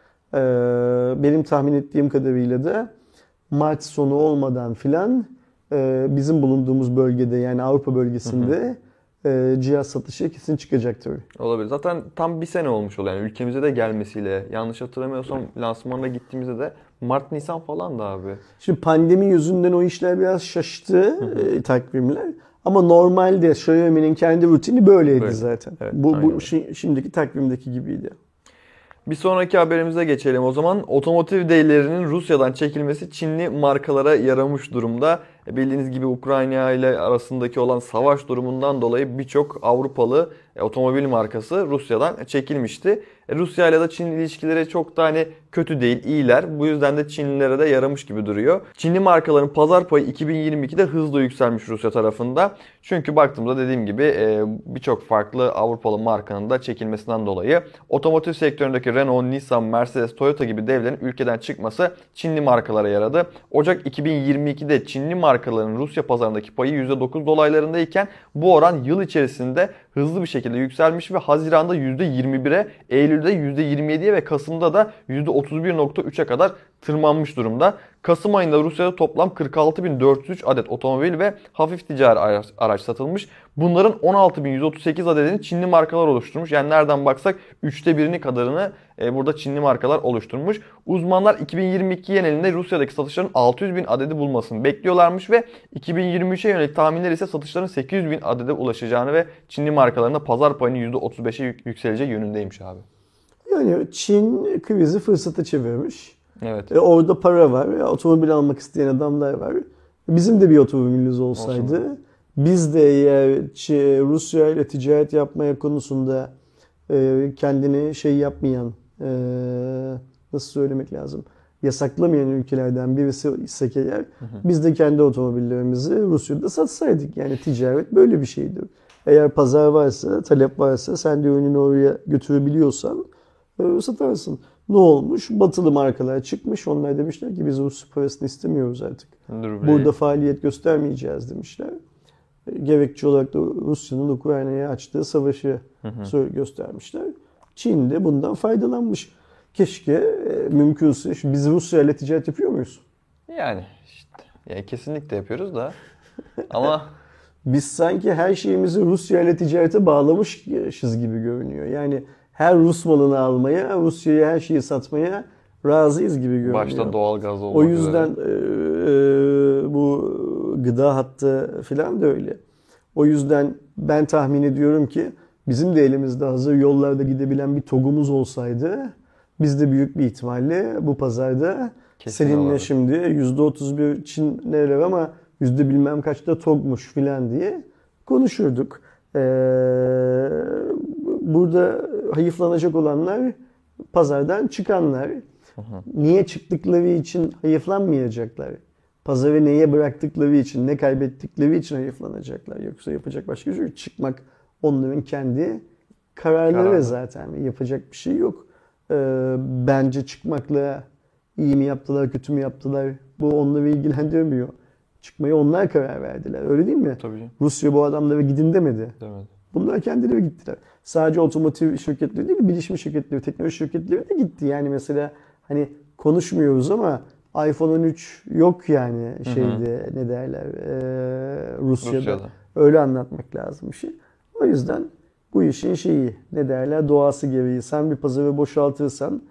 Benim tahmin ettiğim kadarıyla da Mart sonu olmadan filan bizim bulunduğumuz bölgede yani Avrupa bölgesinde hı hı. cihaz satışı kesin çıkacak tabii. Olabilir. Zaten tam bir sene olmuş oluyor. Yani ülkemize de gelmesiyle. Yanlış hatırlamıyorsam lansmanına gittiğimizde de Mart Nisan falan da abi. Şimdi pandemi yüzünden o işler biraz şaştı e, takvimler. Ama normalde Xiaomi'nin kendi rutini böyleydi Böyle. zaten. Evet, bu bu şi, şimdiki takvimdeki gibiydi. Bir sonraki haberimize geçelim o zaman. Otomotiv değerlerinin Rusya'dan çekilmesi Çinli markalara yaramış durumda. Bildiğiniz gibi Ukrayna ile arasındaki olan savaş durumundan dolayı birçok Avrupalı otomobil markası Rusya'dan çekilmişti. Rusya ile de Çin ilişkileri çok da hani kötü değil, iyiler. Bu yüzden de Çinlilere de yaramış gibi duruyor. Çinli markaların pazar payı iki bin yirmi ikide hızla yükselmiş Rusya tarafında. Çünkü baktığımda dediğim gibi birçok farklı Avrupalı markanın da çekilmesinden dolayı otomotiv sektöründeki Renault, Nissan, Mercedes, Toyota gibi devlerin ülkeden çıkması Çinli markalara yaradı. Ocak iki bin yirmi ikide Çinli markaların Rusya pazarındaki payı yüzde dokuz dolaylarındayken bu oran yıl içerisinde hızlı bir şekilde yükselmiş ve Haziran'da yüzde yirmi bire, Eylül'de yüzde yirmi yediye ve Kasım'da da yüzde otuz bir nokta üçe kadar tırmanmış durumda. Kasım ayında Rusya'da toplam kırk altı bin dört yüz üç adet otomobil ve hafif ticari araç, araç satılmış. Bunların on altı bin yüz otuz sekiz adedini Çinli markalar oluşturmuş. Yani nereden baksak üçte birini kadarını e, burada Çinli markalar oluşturmuş. Uzmanlar iki bin yirmi iki genelinde Rusya'daki satışların altı yüz bin adedi bulmasını bekliyorlarmış ve iki bin yirmi üçe yönelik tahminler ise satışların sekiz yüz bin adede ulaşacağını ve Çinli markalarında pazar payının yüzde otuz beşe yükseleceği yönündeymiş abi. Yani Çin krizi fırsata çevirmiş. Evet. E orada para var, otomobil almak isteyen adamlar var. Bizim de bir otomobilimiz olsaydı, olsun. Biz de eğer Rusya ile ticaret yapmaya konusunda e, kendini şey yapmayan, e, nasıl söylemek lazım, yasaklamayan ülkelerden birisi isek eğer, hı hı. Biz de kendi otomobillerimizi Rusya'da satsaydık. Yani ticaret böyle bir şeydir. Eğer pazar varsa, talep varsa, sen de ürününü oraya götürebiliyorsan e, satarsın. Ne olmuş? Batılı markalar çıkmış. Onlar demişler ki biz Rus parasını istemiyoruz artık. Dur Burada faaliyet göstermeyeceğiz demişler. Gerekçe olarak da Rusya'nın Ukrayna'ya açtığı savaşı hı hı. göstermişler. Çin de bundan faydalanmış. Keşke e, mümkünse biz Rusya ile ticaret yapıyor muyuz? Yani işte yani kesinlikle yapıyoruz da ama biz sanki her şeyimizi Rusya ile ticarete bağlamışız gibi görünüyor. Yani her Rus malını almaya, Rusya'ya her şeyi satmaya razıyız gibi görünüyor. Başta doğalgaz olmak O yüzden e, e, bu gıda hattı falan da öyle. O yüzden ben tahmin ediyorum ki bizim de elimizde hazır yollarda gidebilen bir TOG'umuz olsaydı biz de büyük bir ihtimalle bu pazarda kesin seninle olarak. Şimdi yüzde otuz bir Çinliler ama yüzde bilmem kaçta TOG'muş falan diye konuşurduk. Ee, burada hayıflanacak olanlar pazardan çıkanlar. Hı hı. Niye çıktıkları için hayıflanmayacaklar? Pazarı neye bıraktıkları için, ne kaybettikleri için hayıflanacaklar. Yoksa yapacak başka bir şey yok. Çıkmak onların kendi kararları Karar. Zaten. Yapacak bir şey yok. Ee, bence çıkmakla iyi mi yaptılar, kötü mü yaptılar bu onları ilgilendirmiyor. Çıkmaya onlar karar verdiler. Öyle değil mi? Tabii. Rusya bu adamlara gidin demedi. Demedi. Bunlar kendileri gittiler. Sadece otomotiv şirketleri değil, bilişim şirketleri, teknoloji şirketleri de gitti. Yani mesela hani konuşmuyoruz ama iPhone on üç yok yani şeyde hı hı. ne derler ee, Rusya'da. Rusya'da. Öyle anlatmak lazım işi. O yüzden bu işin şeyi ne derler doğası gereği. Sen bir pazarı boşaltırsan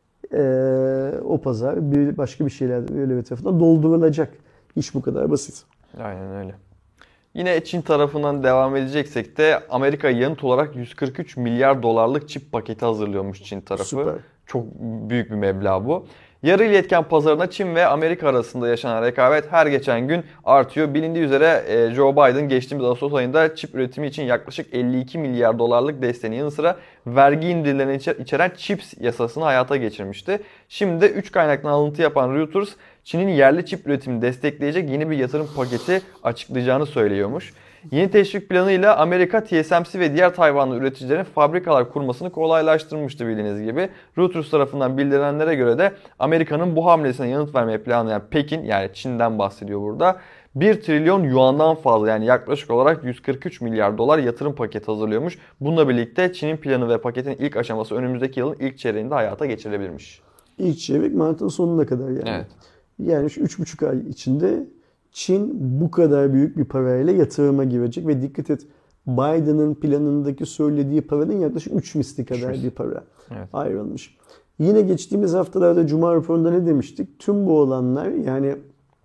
ee, o pazar bir başka bir şeyler öyle bir tarafından doldurulacak. İş bu kadar basit. Aynen öyle. Yine Çin tarafından devam edeceksek de Amerika yanıt olarak yüz kırk üç milyar dolarlık çip paketi hazırlıyormuş Çin tarafı. Süper. Çok büyük bir meblağ bu. Yarı iletken pazarına Çin ve Amerika arasında yaşanan rekabet her geçen gün artıyor. Bilindiği üzere Joe Biden geçtiğimiz Ağustos ayında çip üretimi için yaklaşık elli iki milyar dolarlık desteğinin yanı sıra vergi indirimlerini içeren Chips yasasını hayata geçirmişti. Şimdi de üç kaynaktan alıntı yapan Reuters, Çin'in yerli çip üretimini destekleyecek yeni bir yatırım paketi açıklayacağını söylüyormuş. Yeni teşvik planıyla Amerika T S M C ve diğer Tayvanlı üreticilerin fabrikalar kurmasını kolaylaştırmıştı bildiğiniz gibi. Reuters tarafından bildirilenlere göre de Amerika'nın bu hamlesine yanıt vermeye planlayan Pekin, yani Çin'den bahsediyor burada, bir trilyon yuandan fazla yani yaklaşık olarak yüz kırk üç milyar dolar yatırım paketi hazırlıyormuş. Bununla birlikte Çin'in planı ve paketin ilk aşaması önümüzdeki yılın ilk çeyreğinde hayata geçirilebilirmiş. İlk çeyrek Mart'ın sonuna kadar yani. Evet. Yani şu üç buçuk ay içinde Çin bu kadar büyük bir parayla yatırıma girecek ve dikkat et Biden'ın planındaki söylediği paranın yaklaşık üç misli kadar bir para evet. ayrılmış. Yine geçtiğimiz haftalarda Cuma raporunda ne demiştik? Tüm bu olanlar yani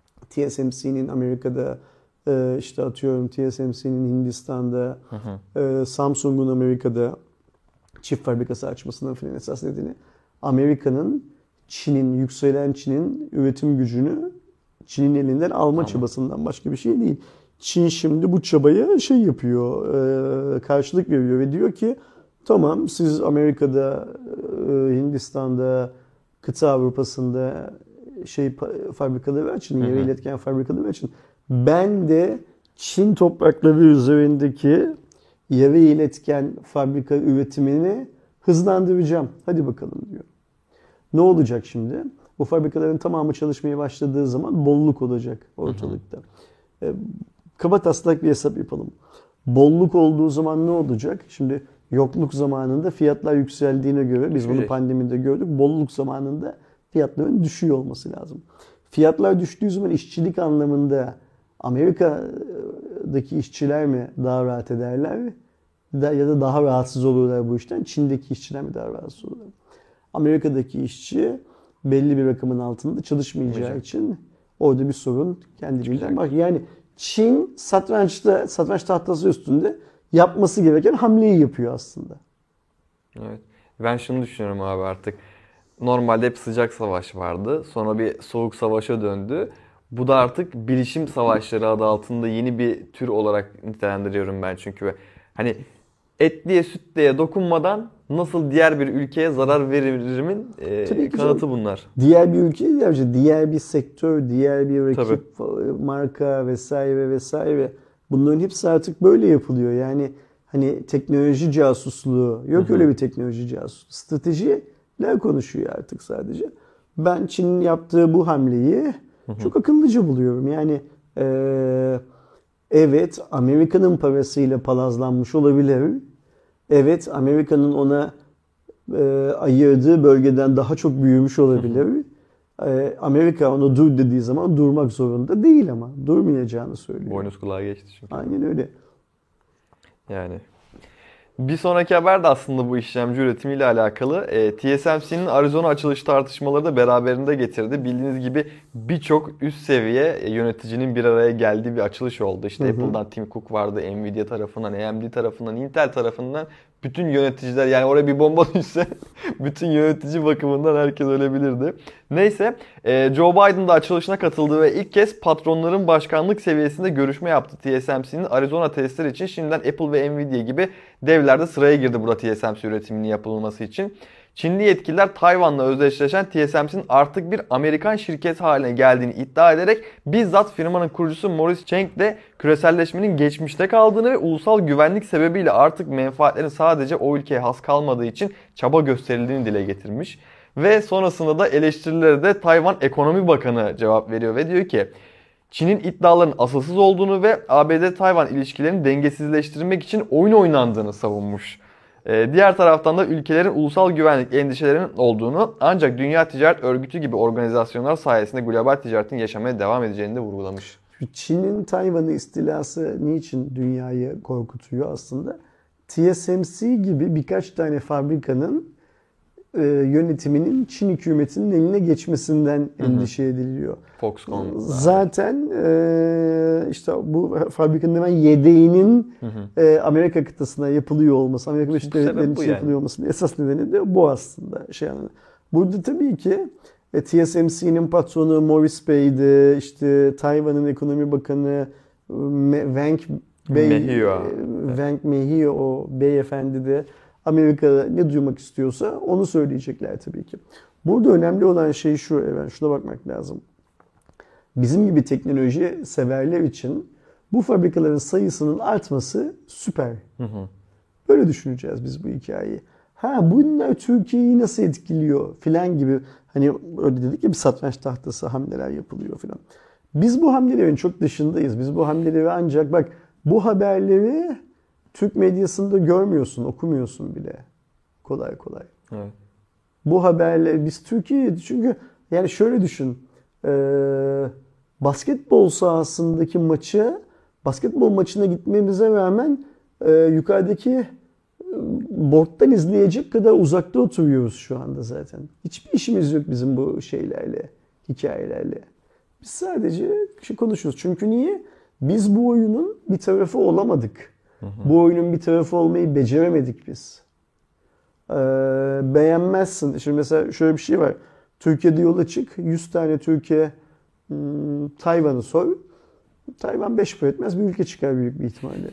T S M C'nin Amerika'da işte atıyorum T S M C'nin Hindistan'da hı hı. Samsung'un Amerika'da çift fabrikası açmasının filan esas nedeni Amerika'nın Çin'in yükselen Çin'in üretim gücünü Çin'in elinden alma tamam. çabasından başka bir şey değil. Çin şimdi bu çabaya şey yapıyor, e, karşılık veriyor ve diyor ki tamam siz Amerika'da, e, Hindistan'da, kıta Avrupa'sında şey fabrikaları açın, yarı iletken fabrikaları açın. Ben de Çin toprakları üzerindeki yarı iletken fabrika üretimini hızlandıracağım. Hadi bakalım diyor. Ne olacak şimdi? Bu fabrikaların tamamı çalışmaya başladığı zaman bolluk olacak ortalıkta. Hı hı. E, kaba taslak bir hesap yapalım. Bolluk olduğu zaman ne olacak? Şimdi yokluk zamanında fiyatlar yükseldiğine göre biz bunu pandemide gördük. Bolluk zamanında fiyatların düşüyor olması lazım. Fiyatlar düştüğü zaman işçilik anlamında Amerika'daki işçiler mi daha rahat ederler ya da daha rahatsız olurlar bu işten? Çin'deki işçiler mi daha rahatsız olurlar? Amerika'daki işçi belli bir rakamın altında çalışmayacağı Olacak. için orada bir sorun kendiliğinden var. Yani Çin satrançta, satranç tahtası üstünde yapması gereken hamleyi yapıyor aslında. Evet. Ben şunu düşünüyorum abi artık. Normalde hep sıcak savaş vardı. Sonra bir soğuk savaşa döndü. Bu da artık bilişim savaşları adı altında yeni bir tür olarak nitelendiriyorum ben çünkü. Hani etliye sütlüye dokunmadan nasıl diğer bir ülkeye zarar veririmin e, kanıtı bunlar. Diğer bir ülkeye değil, diğer bir sektör, diğer bir rakip, Tabii. marka vesaire vesaire. Bunların hepsi artık böyle yapılıyor. Yani hani teknoloji casusluğu, yok Hı-hı. öyle bir teknoloji casusluğu. Stratejiler konuşuyor artık sadece. Ben Çin'in yaptığı bu hamleyi Hı-hı. çok akıllıca buluyorum. Yani e, evet Amerika'nın parasıyla palazlanmış olabilir. Evet Amerika'nın ona e, ayırdığı bölgeden daha çok büyümüş olabilir. e, Amerika ona dur dediği zaman durmak zorunda değil ama durmayacağını söylüyor. Boynuz kulağa geçti çünkü. Aynen öyle. Yani bir sonraki haber de aslında bu işlemci üretimiyle alakalı. E, T S M C'nin Arizona açılış tartışmaları da beraberinde getirdi. Bildiğiniz gibi birçok üst seviye yöneticinin bir araya geldiği bir açılış oldu. İşte hı hı. Apple'dan Tim Cook vardı, Nvidia tarafından, A M D tarafından, Intel tarafından bütün yöneticiler, yani oraya bir bomba düşse bütün yönetici bakımından herkes ölebilirdi. Neyse Joe Biden da açılışına katıldı ve ilk kez patronların başkanlık seviyesinde görüşme yaptı. T S M C'nin Arizona testleri için şimdiden Apple ve Nvidia gibi devler de sıraya girdi burada T S M C üretiminin yapılması için. Çinli yetkililer Tayvan'la özdeşleşen T S M C'nin artık bir Amerikan şirketi haline geldiğini iddia ederek bizzat firmanın kurucusu Morris Chang de küreselleşmenin geçmişte kaldığını ve ulusal güvenlik sebebiyle artık menfaatlerin sadece o ülkeye has kalmadığı için çaba gösterildiğini dile getirmiş. Ve sonrasında da eleştirilere de Tayvan Ekonomi Bakanı cevap veriyor ve diyor ki Çin'in iddiaların asılsız olduğunu ve A B D-Tayvan ilişkilerini dengesizleştirmek için oyun oynandığını savunmuş. Ee, diğer taraftan da ülkelerin ulusal güvenlik endişelerinin olduğunu ancak Dünya Ticaret Örgütü gibi organizasyonlar sayesinde global ticaretin yaşamaya devam edeceğini de vurgulamış. Çin'in Tayvan'ı istilası niçin dünyayı korkutuyor aslında? T S M C gibi birkaç tane fabrikanın e, yönetiminin Çin hükümetinin eline geçmesinden hı hı. endişe ediliyor. Foxconn. Zaten e, işte bu fabrikanın hemen yedeğinin hı hı. E, Amerika kıtasına yapılıyor olması, Amerika Birleşik Devletleri'nin için yani. yapılıyor olmasının esas nedeni de bu aslında. Şey yani. Burada tabii ki e, T S M C'nin patronu Morris Bey'di, işte Tayvan'ın ekonomi bakanı Wang Bey, Mehio. Wang Mehio o beyefendi de Amerika ne duymak istiyorsa onu söyleyecekler tabii ki. Burada önemli olan şey şu, evet, şuna bakmak lazım. Bizim gibi teknoloji severler için bu fabrikaların sayısının artması süper. Hı hı. Böyle düşüneceğiz biz bu hikayeyi. Ha bunlar Türkiye'yi nasıl etkiliyor filan gibi, hani öyle dedik ya, bir satranç tahtası hamleler yapılıyor filan. Biz bu hamlelerin çok dışındayız. Biz bu hamleleri ancak bak bu haberleri Türk medyasında görmüyorsun, okumuyorsun bile. Kolay kolay. Evet. Bu haberler biz Türkiye, çünkü yani şöyle düşün. E, basketbol sahasındaki maçı, basketbol maçına gitmemize rağmen e, yukarıdaki board'dan izleyecek kadar uzakta oturuyoruz şu anda zaten. Hiçbir işimiz yok bizim bu şeylerle, hikayelerle. Biz sadece şey konuşuyoruz. Çünkü niye? Biz bu oyunun bir tarafı olamadık. Hı hı. Bu oyunun bir tarafı olmayı beceremedik biz. Ee, beğenmezsin. Şimdi mesela şöyle bir şey var. Türkiye'de yola çık. yüz tane Türkiye hmm, Tayvan'ı sor. Tayvan beş para etmez bir ülke çıkar büyük bir ihtimalle.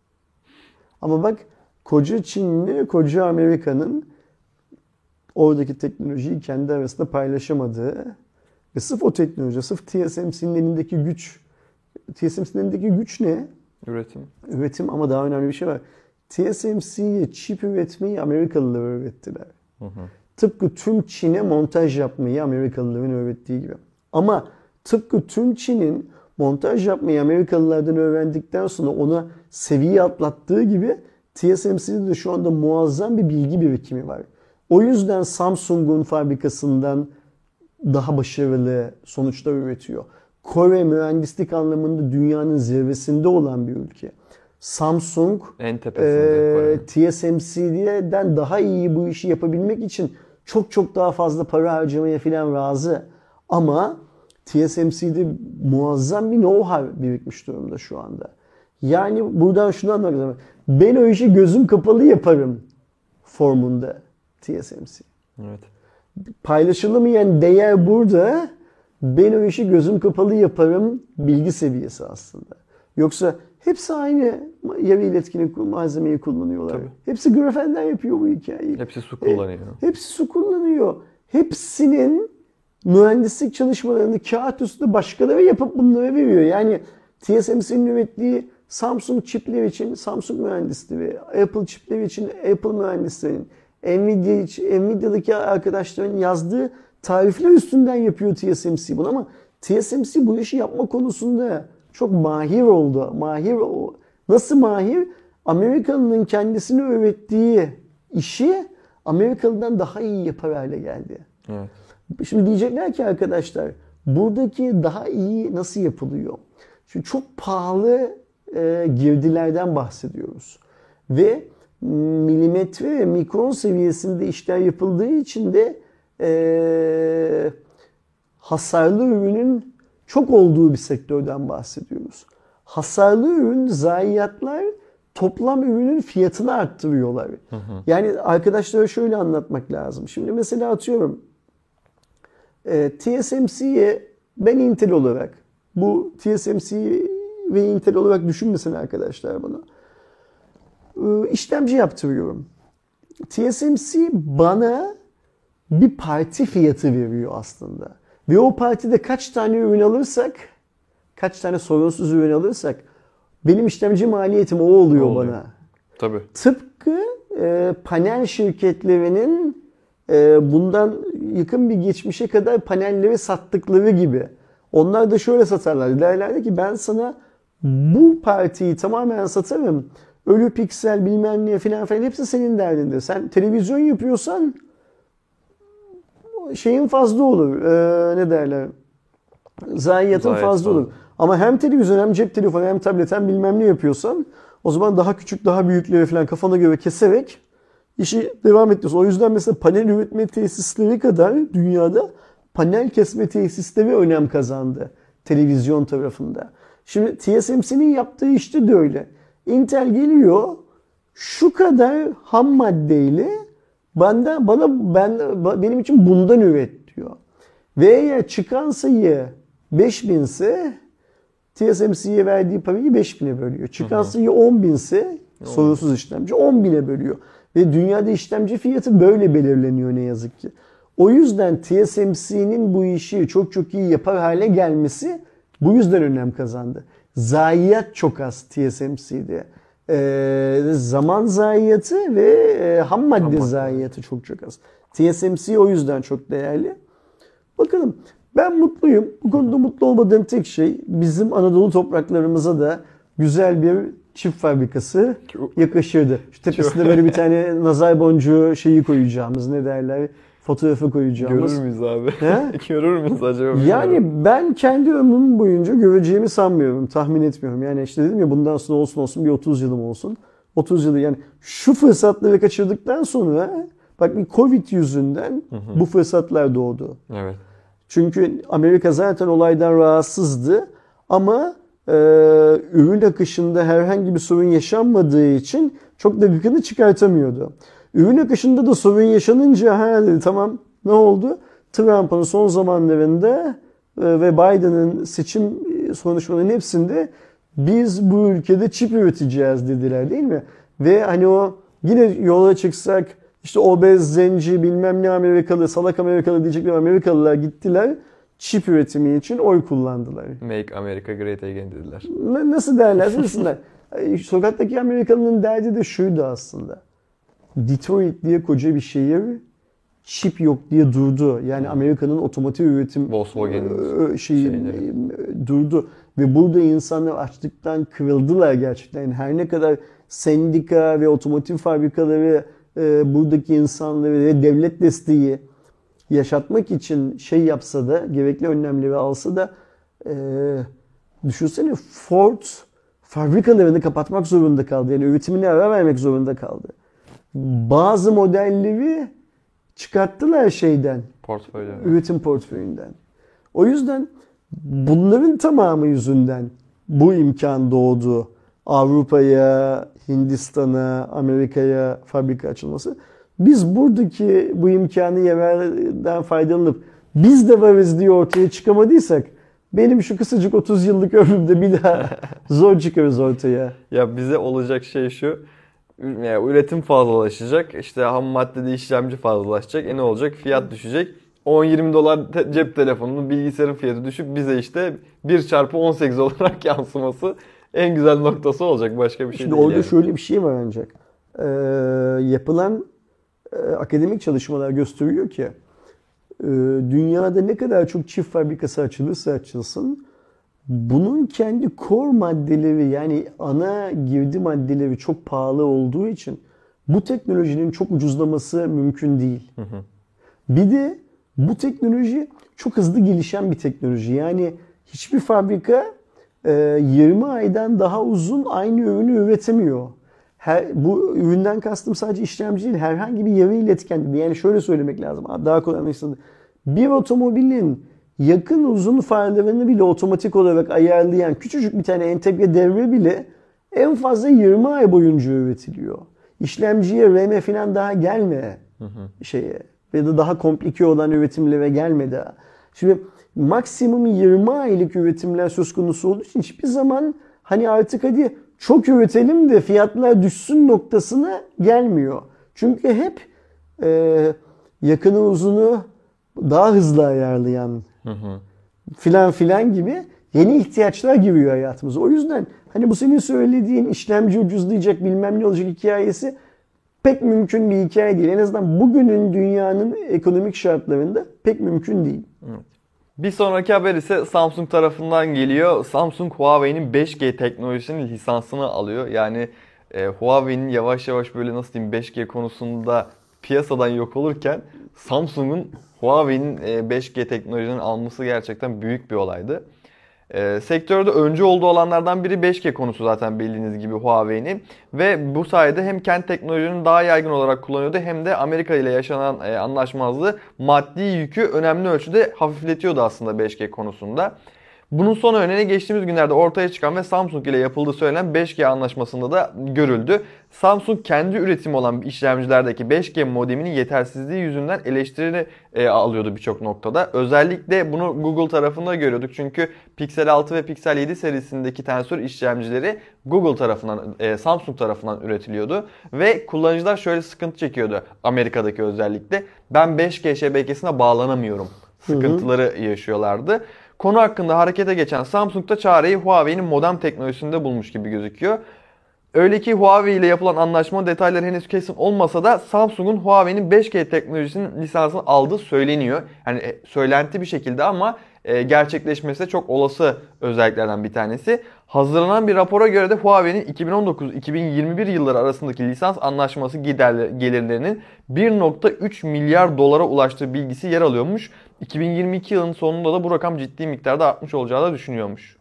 Ama bak koca Çin'le koca Amerika'nın oradaki teknolojiyi kendi arasında paylaşamadığı ve sırf o teknoloji, sırf T S M C'nin elindeki güç. T S M C'nin elindeki güç ne? Üretim. Üretim, ama daha önemli bir şey var. T S M C'ye çip üretmeyi Amerikalılar öğrettiler. Hı hı. Tıpkı tüm Çin'e montaj yapmayı Amerikalıların öğrettiği gibi. Ama tıpkı tüm Çin'in montaj yapmayı Amerikalılardan öğrendikten sonra ona seviye atlattığı gibi T S M C'de de şu anda muazzam bir bilgi birikimi var. O yüzden Samsung'un fabrikasından daha başarılı sonuçlar üretiyor. Kore mühendislik anlamında dünyanın zirvesinde olan bir ülke. Samsung En tepesinde e, T S M C'den daha iyi bu işi yapabilmek için çok çok daha fazla para harcamaya falan razı. Ama T S M C'de muazzam bir know-how birikmiş durumda şu anda. Yani buradan şunu anlamak. Ben o işi gözüm kapalı yaparım formunda T S M C. Evet. Paylaşılamayan değer burada. Ben o işi gözüm kapalı yaparım bilgi seviyesi aslında. Yoksa hepsi aynı yarı iletken malzemeyi kullanıyorlar. Tabii. Hepsi grafenden yapıyor bu hikayeyi. Hepsi su kullanıyor. E, hepsi su kullanıyor. Hepsinin mühendislik çalışmalarını kağıt üstünde başkaları yapıp bunları veriyor. Yani T S M C'nin ürettiği Samsung çipleri için Samsung mühendisleri, Apple çipleri için Apple mühendislerinin, Nvidia, Nvidia'daki arkadaşların yazdığı tarifler üstünden yapıyor T S M C bunu, ama T S M C bu işi yapma konusunda çok mahir oldu. Mahir o. Nasıl mahir? Amerikalı'nın kendisini öğrettiği işi Amerikalı'dan daha iyi yapar hale geldi. Evet. Şimdi diyecekler ki arkadaşlar, buradaki daha iyi nasıl yapılıyor? Şimdi çok pahalı e, girdilerden bahsediyoruz. Ve milimetre ve mikron seviyesinde işler yapıldığı için de e, hasarlı ürünün çok olduğu bir sektörden bahsediyoruz. Hasarlı ürün, zayiatlar toplam ürünün fiyatını arttırıyorlar. Hı hı. Yani arkadaşlara şöyle anlatmak lazım. Şimdi mesela atıyorum e, T S M C'ye ben Intel olarak, bu T S M C ve Intel olarak düşünmesin arkadaşlar bunu. E, işlemci yaptırıyorum. T S M C bana bir parti fiyatı veriyor aslında. Ve o partide kaç tane ürün alırsak, kaç tane sorunsuz ürün alırsak benim işlemci maliyetim o oluyor, oluyor. bana. Tabii. Tıpkı e, panel şirketlerinin e, bundan yakın bir geçmişe kadar panelleri sattıkları gibi. Onlar da şöyle satarlar. Derlerdi ki ben sana bu partiyi tamamen satarım. Ölü piksel bilmem ne falan filan hepsi senin derdinde. Sen televizyon yapıyorsan şeyin fazla olur. Ee, ne derler? Zayiatın Zayiat fazla olur. Ama hem televizyon hem cep telefonu hem tablet hem bilmem ne yapıyorsan o zaman daha küçük daha büyükleri falan kafana göre keserek işi devam ettiriyorsun. O yüzden mesela panel üretme tesisleri kadar dünyada panel kesme tesisleri önem kazandı televizyon tarafında. Şimdi T S M C'nin yaptığı işte de öyle. Intel geliyor şu kadar ham maddeyle bana, bana ben benim için bundan üret diyor. Ve eğer çıkan sayı beş bin ise T S M C'ye verdiği parayı beş bine bölüyor. Çıkan sayı on bin ise sorunsuz işlemci on bine bölüyor. Ve dünyada işlemci fiyatı böyle belirleniyor ne yazık ki. O yüzden T S M C'nin bu işi çok çok iyi yapar hale gelmesi bu yüzden önem kazandı. Zayiat çok az T S M C'de. Ee, zaman zayiatı ve e, ham madde Tamam. zayiatı çok çok az. T S M C o yüzden çok değerli. Bakalım, ben mutluyum. Bu konuda mutlu olmadığım tek şey bizim Anadolu topraklarımıza da güzel bir çip fabrikası yakışırdı. Şu tepesinde böyle bir tane nazar boncuğu şeyi koyacağımız, ne derler, fotoğrafı koyacağımız. Görür müyüz abi? Görür müyüz acaba? Yani ben kendi ömrüm boyunca göreceğimi sanmıyorum. Tahmin etmiyorum. Yani işte dedim ya, bundan sonra olsun olsun bir otuz yılım olsun. otuz yılı yani şu fırsatları kaçırdıktan sonra bak, bir Covid yüzünden hı hı. bu fırsatlar doğdu. Evet. Çünkü Amerika zaten olaydan rahatsızdı ama e, ürün akışında herhangi bir sorun yaşanmadığı için çok da gıkını çıkartamıyordu. Ürün akışında da sorun yaşanınca ha dedi, tamam, ne oldu? Trump'ın son zamanlarında e, ve Biden'ın seçim sonuçlarının hepsinde biz bu ülkede çip üreteceğiz dediler, değil mi? Ve hani o yine yola çıksak işte obez, zenci, bilmem ne Amerikalı, salak Amerikalı diyecekler Amerikalılar gittiler. Çip üretimi için oy kullandılar. Make America Great Again dediler. Nasıl derlerse desinler. Sokaktaki Amerikalı'nın derdi de şuydu aslında. Detroit diye koca bir şehir çip yok diye durdu. Yani Amerika'nın otomotiv üretim Volkswagen'in şeyi durdu. Ve burada insanlar açlıktan kırıldılar gerçekten. Yani her ne kadar sendika ve otomotiv fabrikaları e, buradaki insanları ve devlet desteği yaşatmak için şey yapsa da, gerekli önlemleri alsa da e, düşünsene Ford fabrikalarını kapatmak zorunda kaldı. Yani üretimine ara vermek zorunda kaldı. Bazı modelleri çıkarttılar şeyden, Portföyü. üretim portföyünden. O yüzden bunların tamamı yüzünden bu imkan doğdu. Avrupa'ya, Hindistan'a, Amerika'ya fabrika açılması. Biz buradaki bu imkanı yerden faydalanıp biz de varız diye ortaya çıkamadıysak benim şu kısacık otuz yıllık ömrümde bir daha zor çıkarız ortaya. Ya bize olacak şey şu. Yani üretim fazlalaşacak. İşte ham maddede işlemci fazlalaşacak. E ne olacak? Fiyat düşecek. on yirmi dolar te- cep telefonunun, bilgisayarın fiyatı düşüp bize işte bir çarpı on sekiz olarak yansıması en güzel noktası olacak. Başka bir şey Şimdi değil. orada Yani. şöyle bir şey var ancak. Ee, yapılan e, akademik çalışmalar gösteriyor ki e, dünyada ne kadar çok çift fabrikası açılırsa açılsın bunun kendi core maddeleri yani ana girdi maddeleri çok pahalı olduğu için bu teknolojinin çok ucuzlaması mümkün değil. Hı hı. Bir de bu teknoloji çok hızlı gelişen bir teknoloji. Yani hiçbir fabrika yirmi aydan daha uzun aynı ürünü üretemiyor. Her, bu üründen kastım sadece işlemci değil, herhangi bir yarı iletken. Yani şöyle söylemek lazım, daha kolay anlaşılır. Bir otomobilin yakın uzun farlarını bile otomatik olarak ayarlayan küçücük bir tane entegre devre bile en fazla yirmi ay boyunca üretiliyor. İşlemciye, R A M'e falan daha gelme hı hı. şeye ya da daha komplike olan üretimlere gelme daha. Şimdi maksimum yirmi aylık üretimler söz konusu olduğu için hiçbir zaman hani artık hadi çok üretelim de fiyatlar düşsün noktasına gelmiyor. Çünkü hep e, yakını uzunu daha hızlı ayarlayan hı hı. filan filan gibi yeni ihtiyaçlar giriyor hayatımıza. O yüzden hani bu senin söylediğin işlemci ucuzlayacak bilmem ne olacak hikayesi pek mümkün bir hikaye değil. En azından bugünün dünyanın ekonomik şartlarında pek mümkün değil. Evet. Bir sonraki haber ise Samsung tarafından geliyor. Samsung Huawei'nin beş G teknolojisinin lisansını alıyor. Yani e, Huawei'nin yavaş yavaş böyle nasıl diyeyim beş G konusunda piyasadan yok olurken Samsung'un Huawei'nin e, beş G teknolojinin alması gerçekten büyük bir olaydı. E, sektörde öncü olduğu alanlardan biri beş G konusu zaten bildiğiniz gibi Huawei'nin. Ve bu sayede hem kendi teknolojinin daha yaygın olarak kullanıyordu hem de Amerika ile yaşanan e, anlaşmazlığı maddi yükü önemli ölçüde hafifletiyordu aslında beş G konusunda. Bunun son örneğini geçtiğimiz günlerde ortaya çıkan ve Samsung ile yapıldığı söylenen beş G anlaşmasında da görüldü. Samsung kendi üretimi olan işlemcilerdeki beş G modeminin yetersizliği yüzünden eleştiri e, alıyordu birçok noktada. Özellikle bunu Google tarafında görüyorduk. Çünkü Pixel altı ve Pixel yedi serisindeki tensör işlemcileri Google tarafından, e, Samsung tarafından üretiliyordu. Ve kullanıcılar şöyle sıkıntı çekiyordu Amerika'daki özellikle. Ben beş G şebekesine bağlanamıyorum sıkıntıları hı hı. yaşıyorlardı. Konu hakkında harekete geçen Samsung da çareyi Huawei'nin modem teknolojisinde bulmuş gibi gözüküyor. Öyle ki Huawei ile yapılan anlaşma detayları henüz kesin olmasa da Samsung'un Huawei'nin beş G teknolojisinin lisansını aldığı söyleniyor. Yani söylenti bir şekilde ama gerçekleşmesi de çok olası özelliklerden bir tanesi. Hazırlanan bir rapora göre de Huawei'nin iki bin on dokuz iki bin yirmi bir yılları arasındaki lisans anlaşması gelirlerinin bir nokta üç milyar dolara ulaştığı bilgisi yer alıyormuş. iki bin yirmi iki yılının sonunda da bu rakam ciddi miktarda artmış olacağı da düşünüyormuş.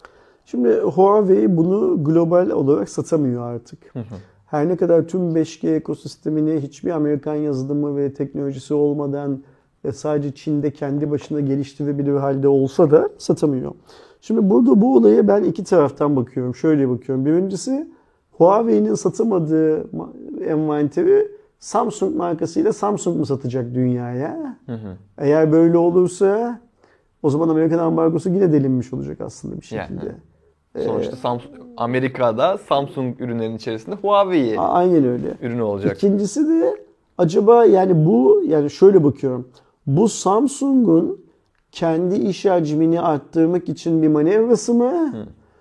Şimdi Huawei bunu global olarak satamıyor artık. Hı hı. Her ne kadar tüm beş G ekosistemini hiçbir Amerikan yazılımı ve teknolojisi olmadan sadece Çin'de kendi başına geliştirebilir halde olsa da satamıyor. Şimdi burada bu olaya ben iki taraftan bakıyorum. Şöyle bakıyorum. Birincisi Huawei'nin satamadığı envanteri Samsung markasıyla Samsung mu satacak dünyaya? Hı hı. Eğer böyle olursa o zaman Amerikan ambargosu yine delinmiş olacak aslında bir şekilde. Yani, sonuçta Samsung, Amerika'da Samsung ürünlerinin içerisinde Huawei aynen öyle. ürünü olacak. İkincisi de acaba yani bu yani şöyle bakıyorum. Bu Samsung'un kendi iş hacmini arttırmak için bir manevrası mı? Hı.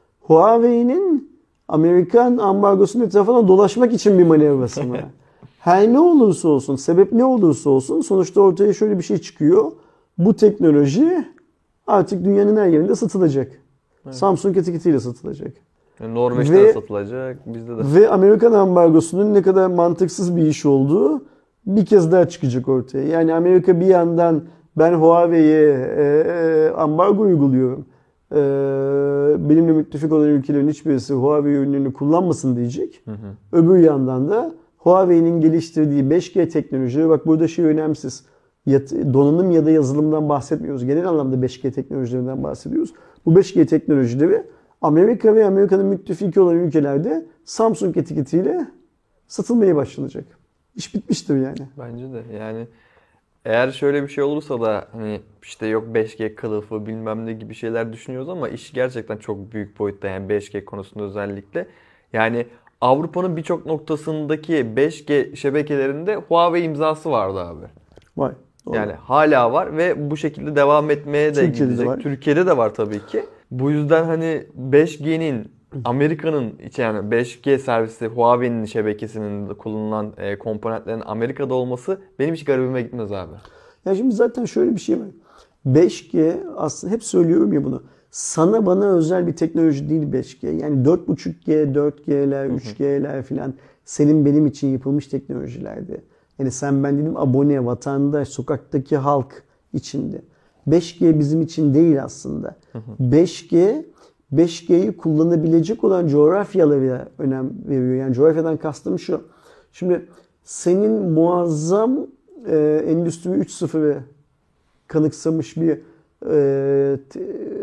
Huawei'nin Amerikan ambargosunun etrafına dolaşmak için bir manevrası mı? Her ne olursa olsun, sebep ne olursa olsun sonuçta ortaya şöyle bir şey çıkıyor. Bu teknoloji artık dünyanın her yerinde satılacak. Evet. Samsung etiketiyle satılacak. Yani Norveç'te ve, satılacak, bizde de. Ve Amerikan ambargosunun ne kadar mantıksız bir iş olduğu bir kez daha çıkacak ortaya. Yani Amerika bir yandan ben Huawei'ye e, e, ambargo uyguluyorum. E, benimle müttefik olan ülkelerin hiçbirisi Huawei ürünlerini kullanmasın diyecek. Hı hı. Öbür yandan da Huawei'nin geliştirdiği beş G teknolojileri, bak burada şey önemsiz. Donanım ya da yazılımdan bahsetmiyoruz. Genel anlamda beş G teknolojilerinden bahsediyoruz. Bu beş G teknolojileri Amerika ve Amerika'nın müttefiki olan ülkelerde Samsung etiketiyle satılmaya başlanacak. İş bitmiştir yani. Bence de yani eğer şöyle bir şey olursa da hani işte yok beş G kılıfı bilmem ne gibi şeyler düşünüyoruz ama iş gerçekten çok büyük boyutta yani beş G konusunda özellikle. Yani Avrupa'nın birçok noktasındaki beş G şebekelerinde Huawei imzası vardı abi. Vay. Doğru. Yani hala var ve bu şekilde devam etmeye de Türkiye'de gidecek. De var. Türkiye'de de var tabii ki. Bu yüzden hani beş G'nin Amerika'nın yani beş G servisi Huawei'nin şebekesinin kullanılan e, komponentlerin Amerika'da olması benim hiç garibime gitmez abi. Ya şimdi zaten şöyle bir şey var. beş G aslında hep söylüyorum ya bunu. Sana bana özel bir teknoloji değil beş G. Yani dört buçuk G, dört G'ler, üç G'ler filan senin benim için yapılmış teknolojilerdi. Yani sen ben dedim abone, vatandaş, sokaktaki halk içinde. beş G bizim için değil aslında. beş G beş G'yi kullanabilecek olan coğrafyalara önem veriyor. Yani coğrafyadan kastım şu. Şimdi senin muazzam e, Endüstri üç nokta sıfırı kanıksamış bir e, t,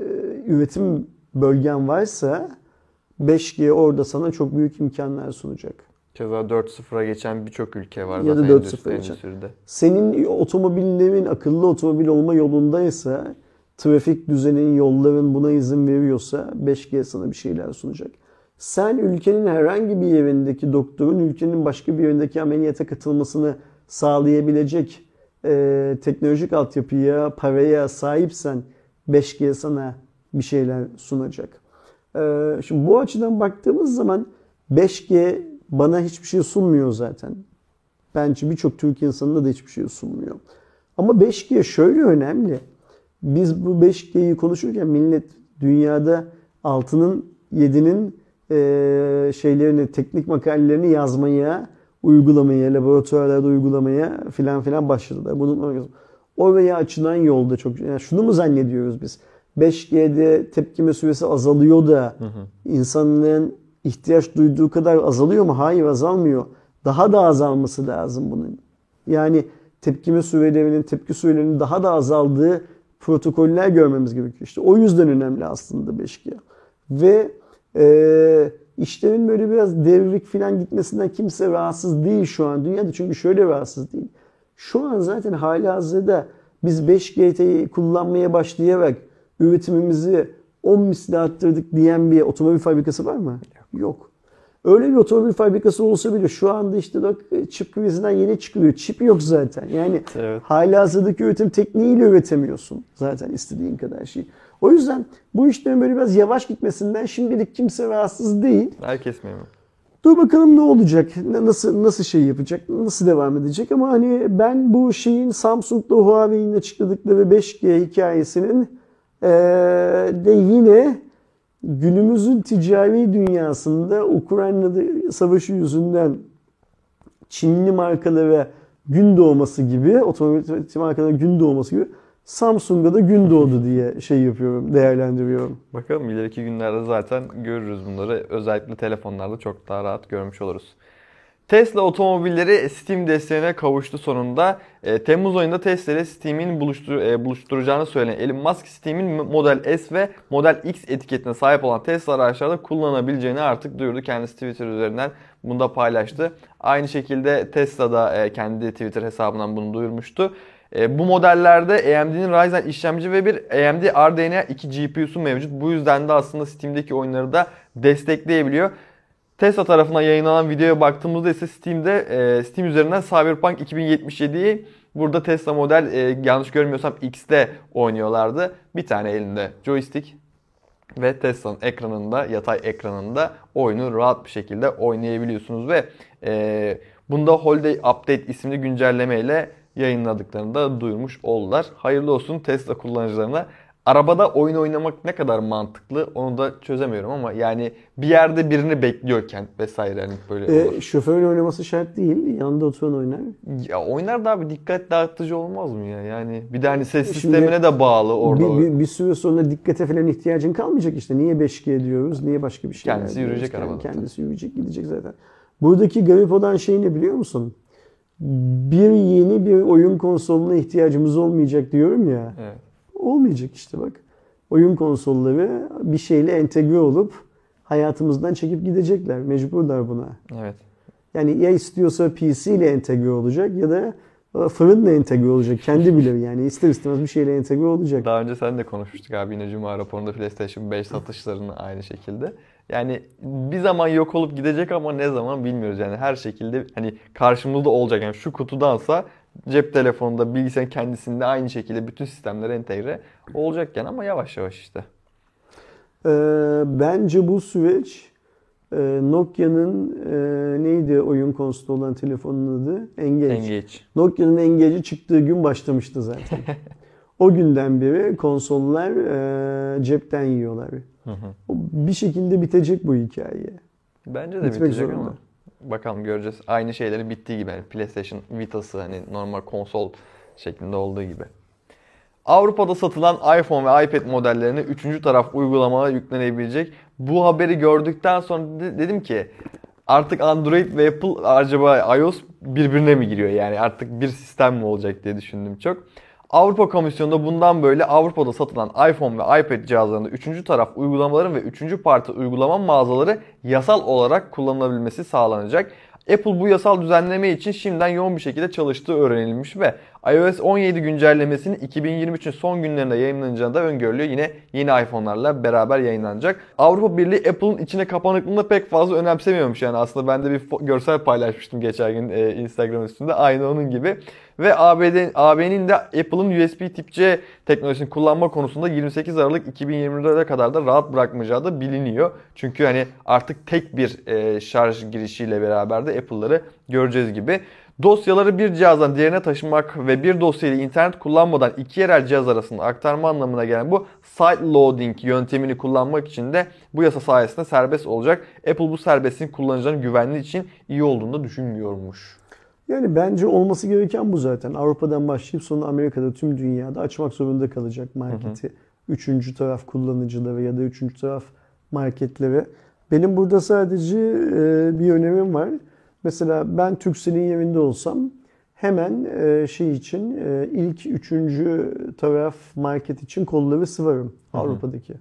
üretim bölgen varsa beş G orada sana çok büyük imkanlar sunacak. Keza dört nokta sıfıra geçen birçok ülke var ya zaten da dört nokta sıfıra endüstri, geçen. endüstride. Senin otomobillerin akıllı otomobil olma yolundaysa, trafik düzenin, yolların buna izin veriyorsa beş G sana bir şeyler sunacak. Sen ülkenin herhangi bir yerindeki doktorun ülkenin başka bir yerindeki ameliyata katılmasını sağlayabilecek e, teknolojik altyapıya, paraya sahipsen beş G sana bir şeyler sunacak. E, şimdi bu açıdan baktığımız zaman beş G bana hiçbir şey sunmuyor zaten. Bence birçok Türk insanına da hiçbir şey sunmuyor. Ama beş G şöyle önemli. Biz bu beş G'yi konuşurken millet dünyada altının yedinin e, şeylerini, teknik makalelerini yazmaya, uygulamaya, laboratuvarlarda uygulamaya filan filan başladılar. Bunun oraya açılan yolda çok... Yani şunu mu zannediyoruz biz? beş G'de tepkime süresi azalıyor da hı hı. insanların ihtiyaç duyduğu kadar azalıyor mu? Hayır, azalmıyor. Daha da azalması lazım bunun. Yani tepkime sürelerinin, tepki sürelerinin daha da azaldığı protokoller görmemiz gerekiyor. İşte o yüzden önemli aslında beş G. Ve e, işlerin böyle biraz devrik falan gitmesinden kimse rahatsız değil şu an dünyada. Çünkü şöyle rahatsız değil. Şu an zaten halihazırda biz beş G'yi kullanmaya başlayarak üretimimizi on misli arttırdık diyen bir otomobil fabrikası var mı? Yok. Öyle bir otomobil fabrikası olsa bile şu anda işte bak çip krizinden yeni çıkılıyor. Çip yok zaten. Yani evet. Halihazırdaki üretim tekniğiyle üretemiyorsun zaten istediğin kadar şey. O yüzden bu işlerin böyle biraz yavaş gitmesinden şimdilik kimse rahatsız değil. Herkes memnun. Dur bakalım ne olacak? Nasıl nasıl şey yapacak? Nasıl devam edecek? Ama hani ben bu şeyin Samsung'la Huawei'nin açıkladıkları beş G hikayesinin ee, de yine günümüzün ticari dünyasında Ukrayna'da savaşı yüzünden Çinli markalara gün doğması gibi, otomobil markalara gün doğması gibi Samsung'a da gün doğdu diye şey yapıyorum, değerlendiriyorum. Bakalım ileriki günlerde zaten görürüz bunları. Özellikle telefonlarda çok daha rahat görmüş oluruz. Tesla otomobilleri Steam desteğine kavuştu sonunda. E, Temmuz ayında Tesla ile Steam'in buluştur, e, buluşturacağını söyleyen Elon Musk, Steam'in Model S ve Model X etiketine sahip olan Tesla araçlarda kullanabileceğini artık duyurdu. Kendisi Twitter üzerinden bunu da paylaştı. Aynı şekilde Tesla da e, kendi Twitter hesabından bunu duyurmuştu. E, bu modellerde A M D'nin Ryzen işlemci ve bir A M D R D N A iki G P U'su mevcut. Bu yüzden de aslında Steam'deki oyunları da destekleyebiliyor. Tesla tarafından yayınlanan videoya baktığımızda ise Steam'de e, Steam üzerinden Cyberpunk iki bin yetmiş yediyi burada Tesla model e, yanlış görmüyorsam X'te oynuyorlardı. Bir tane elinde joystick ve Tesla'nın ekranında, yatay ekranında oyunu rahat bir şekilde oynayabiliyorsunuz ve e, bunda Holiday Update isimli güncelleme ile yayınladıklarını da duyurmuş oldular. Hayırlı olsun Tesla kullanıcılarına. arabada oyun oynamak ne kadar mantıklı onu da çözemiyorum ama yani bir yerde birini bekliyorken vesaire hani böyle E, olur. şoförün oynaması şart değil. Yanında oturan oynar. Ya oynar da abi dikkat dağıtıcı olmaz mı ya? Yani bir de hani ses Şimdi sistemine de bağlı orada. Bir, bir, bir süre sonra dikkate falan ihtiyacın kalmayacak işte. Niye beş G diyoruz? Niye başka bir şey Kendisi diyoruz? yürüyecek Kend- arabada. Kendisi yürüyecek gidecek zaten. Buradaki garip olan şey ne biliyor musun? Bir yeni bir oyun konsoluna ihtiyacımız olmayacak diyorum ya. Evet. Olmayacak işte bak. Oyun konsolları bir şeyle entegre olup hayatımızdan çekip gidecekler. Mecburlar buna. Evet. Yani ya istiyorsa P C ile entegre olacak ya da fırınla entegre olacak. Kendi bilir yani ister istemez bir şeyle entegre olacak. Daha önce sen de konuşmuştuk abi yine Cuma raporunda PlayStation beş satışlarını aynı şekilde. Yani bir zaman yok olup gidecek ama ne zaman bilmiyoruz yani her şekilde hani karşımızda olacak. Yani şu kutudansa cep telefonunda bilgisayarın kendisinde aynı şekilde bütün sistemlere entegre olacakken ama yavaş yavaş işte. Ee, bence bu süreç e, Nokia'nın e, neydi oyun konsolu olan telefonun adı? Engage. Engage. Nokia'nın Engage'i çıktığı gün başlamıştı zaten. O günden beri konsollar e, cepten yiyorlar. Hı hı. O bir şekilde bitecek bu hikaye. Bence de Bitmek bitecek zorunda. ama bakalım göreceğiz. Aynı şeyleri bittiği gibi yani PlayStation Vita'sı hani normal konsol şeklinde olduğu gibi. Avrupa'da satılan iPhone ve iPad modellerine üçüncü taraf uygulamalar yüklenebilecek. Bu haberi gördükten sonra de- dedim ki artık Android ve Apple acaba iOS birbirine mi giriyor? Yani artık bir sistem mi olacak diye düşündüm çok. Avrupa Komisyonu da bundan böyle Avrupa'da satılan iPhone ve iPad cihazlarında üçüncü taraf uygulamaların ve üçüncü parti uygulama mağazaları yasal olarak kullanılabilmesi sağlanacak. Apple bu yasal düzenleme için şimdiden yoğun bir şekilde çalıştığı öğrenilmiş ve iOS on yedi güncellemesinin iki bin yirmi üçün son günlerinde yayınlanacağı da öngörülüyor. Yine yeni iPhone'larla beraber yayınlanacak. Avrupa Birliği Apple'ın içine kapanıklığını pek fazla önemsemiyormuş yani aslında ben de bir görsel paylaşmıştım geçen gün e, Instagram üstünde aynı onun gibi. Ve A B D, A B'nin de Apple'ın U S B tip C teknolojisini kullanma konusunda yirmi sekiz Aralık iki bin yirmi dörde kadar da rahat bırakmayacağı da biliniyor. Çünkü hani artık tek bir e, şarj girişiyle beraber de Apple'ları göreceğiz gibi. Dosyaları bir cihazdan diğerine taşımak ve bir dosyayı internet kullanmadan iki yerel cihaz arasında aktarma anlamına gelen bu side loading yöntemini kullanmak için de bu yasa sayesinde serbest olacak. Apple bu serbestliğin kullanıcıların güvenliği için iyi olduğunu da düşünmüyormuş. Yani bence olması gereken bu zaten. Avrupa'dan başlayıp sonra Amerika'da tüm dünyada açmak zorunda kalacak marketi. Hı hı. Üçüncü taraf kullanıcıları ya da üçüncü taraf marketleri. Benim burada sadece e, bir önerim var. Mesela ben Turkcell'in yerinde olsam hemen e, şey için e, ilk üçüncü taraf market için kolları sıvarım hı hı. Avrupa'daki.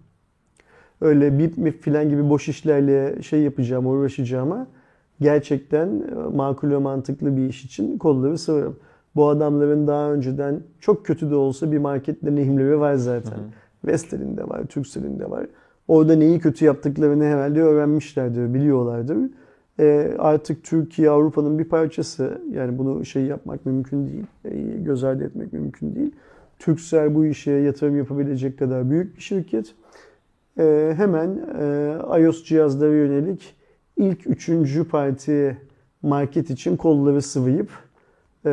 Öyle bip mip filan gibi boş işlerle şey yapacağım, uğraşacağıma gerçekten makul ve mantıklı bir iş için kolları sıvarım. Bu adamların daha önceden çok kötü de olsa bir market deneyimleri var zaten. Vestel'in de var, Turkcell'in de var. Orada neyi kötü yaptıklarını herhalde öğrenmişlerdir, biliyorlardır. E, artık Türkiye Avrupa'nın bir parçası. Yani bunu şey yapmak mümkün değil. E, göz ardı etmek mümkün değil. Turkcell bu işe yatırım yapabilecek kadar büyük bir şirket. E, hemen e, iOS cihazlara yönelik ilk üçüncü parti market için kolları sıvayıp e,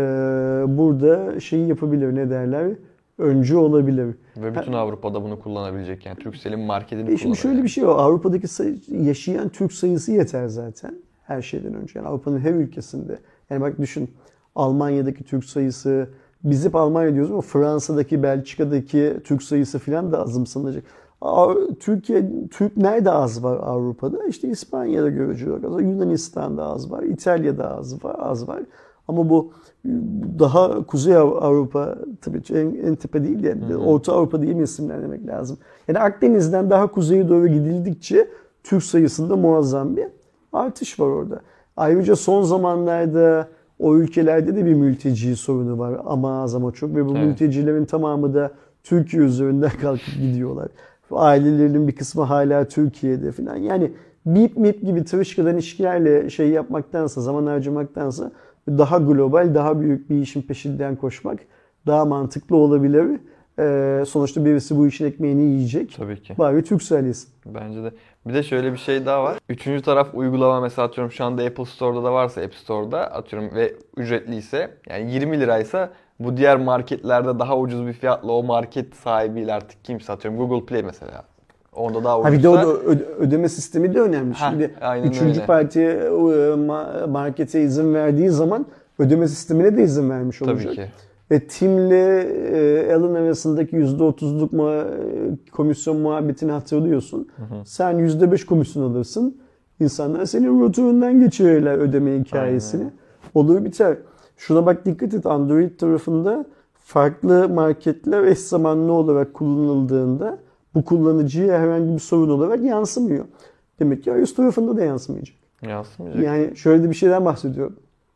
burada şeyi yapabilir, ne derler, öncü olabilir. Ve bütün ha, Avrupa'da bunu kullanabilecek yani Turkcell'in marketini kullanabilir. E şimdi şöyle bir şey var, Avrupa'daki sayı, yaşayan Türk sayısı yeter zaten her şeyden önce. Yani Avrupa'nın her ülkesinde. Yani bak düşün, Almanya'daki Türk sayısı, biz hep Almanya diyoruz ama Fransa'daki, Belçika'daki Türk sayısı falan da azımsanacak. Türkiye, Türk nerede az var Avrupa'da? İşte İspanya'da görücü var. Yunanistan'da az var. İtalya'da az var. Az var. Ama bu daha Kuzey Avrupa, tabii en, en tepe değil yani. Hı hı. Orta Avrupa diye mi isimlendirmek lazım? Yani Akdeniz'den daha kuzeye doğru gidildikçe Türk sayısında muazzam bir artış var orada. Ayrıca son zamanlarda o ülkelerde de bir mülteci sorunu var. Ama az ama çok. Ve bu evet. mültecilerin tamamı da Türkiye üzerinden kalkıp gidiyorlar. Ailelerinin bir kısmı hala Türkiye'de falan. Yani bip mip gibi tırışkadan işlerle şey yapmaktansa, zaman harcamaktansa daha global, daha büyük bir işin peşinden koşmak daha mantıklı olabilir. Ee, sonuçta birisi bu işin ekmeğini yiyecek. Tabii ki. Bari Turkcell yesin. Bence de. Bir de şöyle bir şey daha var. Üçüncü taraf uygulama mesela atıyorum şu anda Apple Store'da da varsa App Store'da atıyorum ve ücretliyse yani yirmi liraysa bu diğer marketlerde daha ucuz bir fiyatla o market sahibiyle artık kim satıyor? Google Play mesela. Onda daha ucuzsa. Ha bir de o da öde- ödeme sistemi de önemli. Ha, Şimdi aynen üçüncü öyle. parti e, ma- markete izin verdiği zaman ödeme sistemine de izin vermiş olacak. Tabii ki. Ve Tim'le e, Alan arasındaki yüzde otuzluk mu- komisyon muhabbetini hatırlıyorsun. Hı hı. Sen yüzde beş komisyon alırsın. İnsanlar senin rotorundan geçirirler ödeme hikayesini. Aynen. Olur biter. Şuna bak dikkat et, Android tarafında farklı marketler eş zamanlı olarak kullanıldığında bu kullanıcıya herhangi bir sorun olarak yansımıyor. Demek ki iOS tarafında da yansımayacak. Yansımayacak. Yani şöyle de bir şeyden bahsediyorum.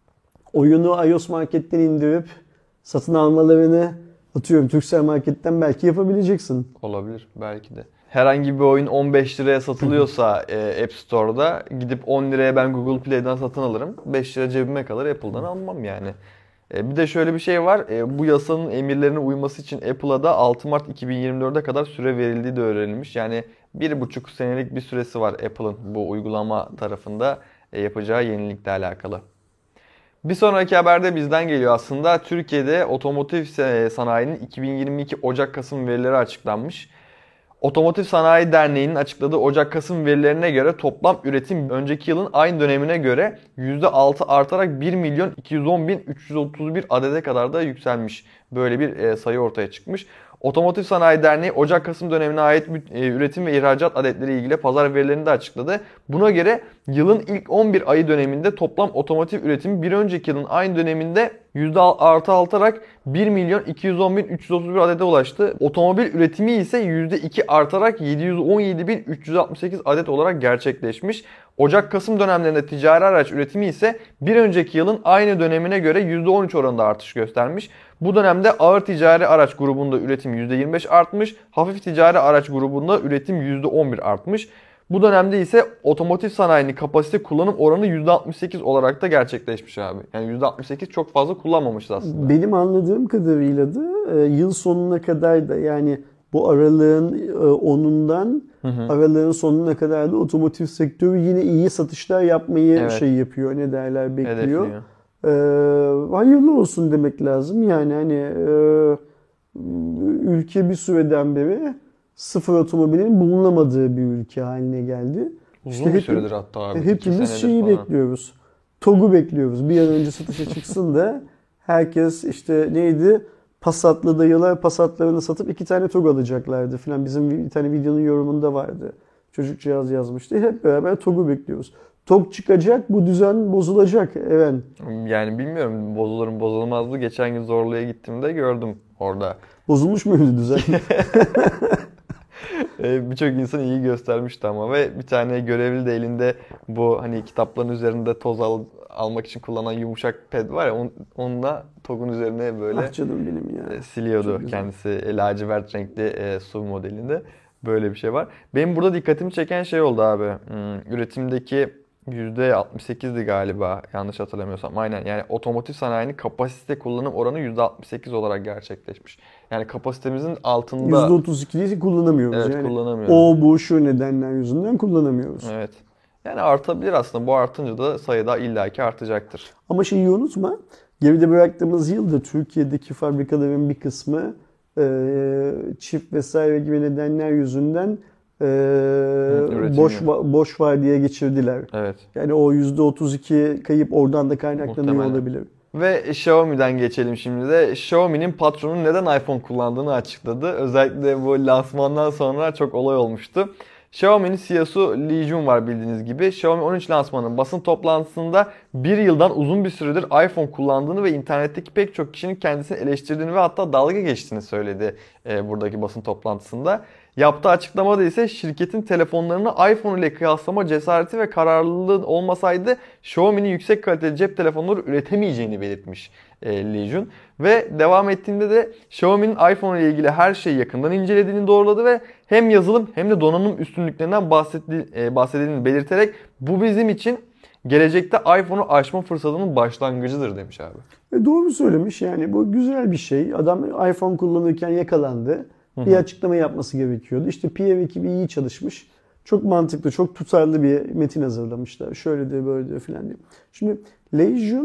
Oyunu iOS marketten indirip satın almalarını atıyorum Turkcell marketten belki yapabileceksin. Olabilir belki de. Herhangi bir oyun on beş liraya satılıyorsa e, App Store'da gidip on liraya ben Google Play'den satın alırım. beş lira cebime kalır, Apple'dan almam yani. E, bir de şöyle bir şey var. E, bu yasanın emirlerine uyması için Apple'a da altı Mart iki bin yirmi dörde kadar süre verildiği de öğrenilmiş. Yani bir buçuk senelik bir süresi var Apple'ın bu uygulama tarafında e, yapacağı yenilikle alakalı. Bir sonraki haberde bizden geliyor aslında. Türkiye'de otomotiv sanayinin iki bin yirmi iki Ocak-Kasım verileri açıklanmış. Otomotiv Sanayi Derneği'nin açıkladığı Ocak-Kasım verilerine göre toplam üretim önceki yılın aynı dönemine göre yüzde altı artarak bir milyon iki yüz on bin üç yüz otuz bir adede kadar da yükselmiş. Böyle bir sayı ortaya çıkmış. Otomotiv Sanayi Derneği Ocak-Kasım dönemine ait üretim ve ihracat adetleri ilgili pazar verilerini de açıkladı. Buna göre yılın ilk on bir ayı döneminde toplam otomotiv üretimi bir önceki yılın aynı döneminde yüzde altı artarak bir milyon iki yüz on bin üç yüz otuz bir adete ulaştı. Otomobil üretimi ise yüzde iki artarak yedi yüz on yedi bin üç yüz altmış sekiz adet olarak gerçekleşmiş. Ocak-Kasım dönemlerinde ticari araç üretimi ise bir önceki yılın aynı dönemine göre yüzde on üç oranında artış göstermiş. Bu dönemde ağır ticari araç grubunda üretim yüzde yirmi beş artmış, hafif ticari araç grubunda üretim yüzde on bir artmış. Bu dönemde ise otomotiv sanayinin kapasite kullanım oranı yüzde altmış sekiz olarak da gerçekleşmiş abi. Yani yüzde altmış sekiz çok fazla kullanmamışız aslında. Benim anladığım kadarıyla da e, yıl sonuna kadar da yani bu aralığın e, onundan hı hı. aralığın sonuna kadar da otomotiv sektörü yine iyi satışlar yapmayı evet. şey yapıyor. Ne derler bekliyor. E, hayırlı olsun demek lazım. Yani hani e, ülke bir süreden beri sıfır otomobilin bulunamadığı bir ülke haline geldi. Uzun işte bir hep, süredir hatta abi. Hepimiz şeyi falan. bekliyoruz. TOG'u bekliyoruz. Bir an önce satışa çıksın da herkes işte neydi? Passat'lı dayılar Passat'larını satıp iki tane TOG alacaklardı falan. Bizim bir tane videonun yorumunda vardı. Çocukcağız yazmıştı. Hep beraber TOG'u bekliyoruz. TOG çıkacak, bu düzen bozulacak. Evet. Yani bilmiyorum, bozulur mu bozulmaz mı? Geçen gün Zorlu'ya gittiğimde gördüm orada. Bozulmuş muydu düzen? Birçok insan iyi göstermişti ama ve bir tane görevli de elinde bu hani kitapların üzerinde toz al, almak için kullanılan yumuşak ped var ya, on, onunla TOG'un üzerine böyle ah canım benim ya. siliyordu kendisi lacivert renkli e, S U V modelinde. Böyle bir şey var. Benim burada dikkatimi çeken şey oldu abi. Hmm, üretimdeki yüzde altmış sekizdi galiba yanlış hatırlamıyorsam. Aynen, yani otomotiv sanayinin kapasite kullanım oranı yüzde altmış sekiz olarak gerçekleşmiş. Yani kapasitemizin altında. yüzde otuz iki kullanamıyoruz. Evet, yani. kullanamıyoruz. O bu şu nedenler yüzünden kullanamıyoruz. Evet. Yani artabilir aslında. Bu artınca da sayı da illaki artacaktır. Ama şeyi unutma. Geride bıraktığımız yılda Türkiye'deki fabrikaların bir kısmı çift vesaire gibi nedenler yüzünden Ee, boş boş var diye geçirdiler. Evet. Yani o yüzde otuz iki kayıp oradan da kaynaklanıyor Muhtemelen. olabilir. Ve Xiaomi'den geçelim şimdi de. Xiaomi'nin patronu neden iPhone kullandığını açıkladı. Özellikle bu lansmandan sonra çok olay olmuştu. Xiaomi'nin C E O'su Li Jun var bildiğiniz gibi. Xiaomi on üç lansmanının basın toplantısında bir yıldan uzun bir süredir iPhone kullandığını ve internetteki pek çok kişinin kendisini eleştirdiğini ve hatta dalga geçtiğini söyledi e, buradaki basın toplantısında. Yaptığı açıklamada ise şirketin telefonlarını iPhone ile kıyaslama cesareti ve kararlılığı olmasaydı Xiaomi'nin yüksek kaliteli cep telefonları üretemeyeceğini belirtmiş e, Li Jun. Ve devam ettiğinde de Xiaomi'nin iPhone ile ilgili her şeyi yakından incelediğini doğruladı ve hem yazılım hem de donanım üstünlüklerinden bahsetti, e, bahsedildiğini belirterek bu bizim için gelecekte iPhone'u aşma fırsatının başlangıcıdır demiş abi. E doğru söylemiş, yani bu güzel bir şey. Adam iPhone kullanırken yakalandı. Bir açıklama yapması gerekiyordu. İşte P R ekibi iyi çalışmış. Çok mantıklı, çok tutarlı bir metin hazırlamışlar. Şöyle de böyle de filan diye. Şimdi Li Jun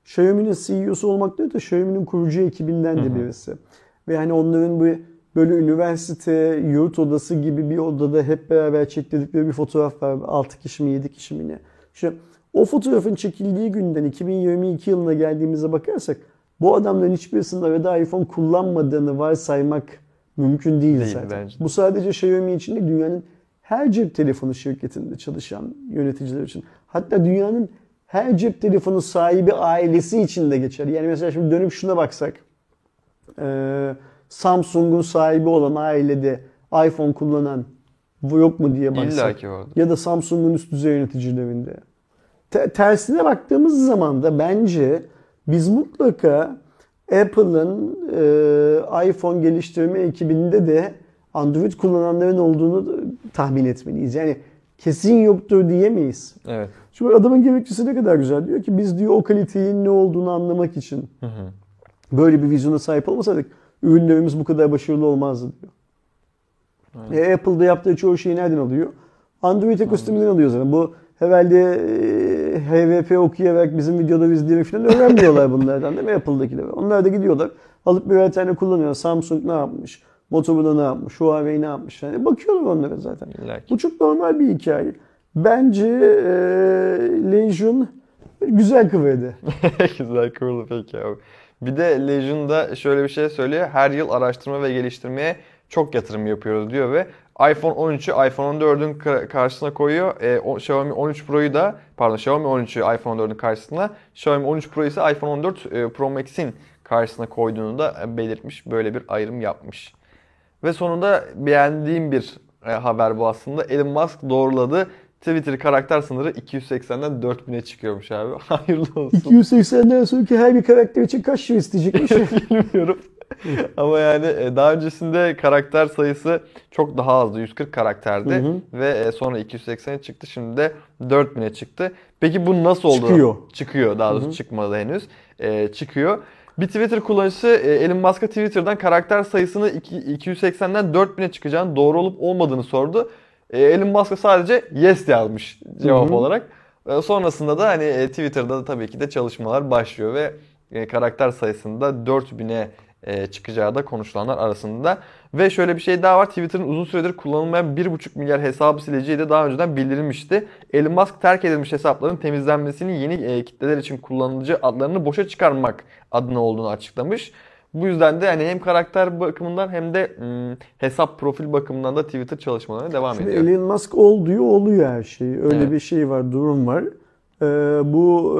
Xiaomi'nin C E O'su olmak değil de Xiaomi'nin kurucu ekibinden de birisi. Ve hani onların bu böyle üniversite, yurt odası gibi bir odada hep beraber çektirdikleri bir fotoğraf var. altı kişi mi yedi kişi mi ne? İşte o fotoğrafın çekildiği günden iki bin yirmi iki yılına geldiğimize bakarsak bu adamların hiçbirisinin arada iPhone kullanmadığını varsaymak mümkün değil, değil zaten. Bence. Bu sadece Xiaomi için değil, dünyanın her cep telefonu şirketinde çalışan yöneticiler için. Hatta dünyanın her cep telefonu sahibi ailesi için de geçer. Yani mesela şimdi dönüp şuna baksak. Ee, Samsung'un sahibi olan ailede iPhone kullanan yok mu diye baksak. İlla ki vardır. Ya da Samsung'un üst düzey yöneticilerinde. Te- tersine baktığımız zaman da bence biz mutlaka Apple'ın e, iPhone geliştirme ekibinde de Android kullananların olduğunu tahmin etmeliyiz. Yani kesin yoktur diyemeyiz. Evet. Çünkü adamın gerekçesi ne kadar güzel. Diyor ki biz diyor o kalitenin ne olduğunu anlamak için hı hı. böyle bir vizyona sahip olmasaydık ürünlerimiz bu kadar başarılı olmazdı diyor. E, Apple'da yaptığı çoğu şeyi nereden alıyor? Android ekosisteminden alıyor zaten. Bu herhalde e, H V P okuyarak bizim videoda izleyerek falan öğrenmiyorlar bunlardan değil mi Apple'dakiler? Onlar da gidiyorlar alıp birer tane kullanıyor. Samsung ne yapmış? Motorola ne yapmış? Huawei ne yapmış? Yani bakıyorlar onlara zaten. İllaki. Bu çok normal bir hikaye. Bence e, Legion güzel kıvırdı. Güzel kıvırdı peki abi. Bir de Legion'da şöyle bir şey söylüyor. Her yıl araştırma ve geliştirmeye çok yatırım yapıyoruz diyor ve iPhone on üçü iPhone on dördün karşısına koyuyor. E, o, Xiaomi on üç Pro'yu da pardon Xiaomi on üçü iPhone on dördün karşısına, Xiaomi on üç Pro ise iPhone on dört e, Pro Max'in karşısına koyduğunu da belirtmiş. Böyle bir ayrım yapmış. Ve sonunda beğendiğim bir e, haber bu aslında. Elon Musk doğruladı. Twitter karakter sınırı iki yüz seksenden dört bine çıkıyormuş abi. Hayırlı olsun. iki yüz seksenden sonraki her bir karakter için kaç lira isteyecekmiş? Bilmiyorum. Ama yani daha öncesinde karakter sayısı çok daha azdı. yüz kırk karakterdi. Hı hı. Ve sonra iki yüz seksene çıktı. Şimdi de dört bine çıktı. Peki bu nasıl oldu? Çıkıyor. Çıkıyor. Daha doğrusu hı hı. çıkmadı henüz. Ee, çıkıyor. Bir Twitter kullanıcısı Elon Musk'a Twitter'dan karakter sayısını iki yüz seksenden dört bine çıkacağını, doğru olup olmadığını sordu. Elon Musk'a sadece yes yazmış cevap hı hı. olarak. Sonrasında da hani Twitter'da da tabii ki de çalışmalar başlıyor ve karakter sayısında dört bine çıkacağı da konuşulanlar arasında. Ve şöyle bir şey daha var. Twitter'ın uzun süredir kullanılmayan bir buçuk milyar hesabı sileceği de daha önceden bildirilmişti. Elon Musk terk edilmiş hesapların temizlenmesini yeni kitleler için kullanıcı adlarını boşa çıkarmak adına olduğunu açıklamış. Bu yüzden de yani hem karakter bakımından hem de ım, hesap profil bakımından da Twitter çalışmalarına devam Şimdi ediyor. Elon Musk ol diyor, oluyor her şey. Öyle evet. bir şey var, durum var. Ee, bu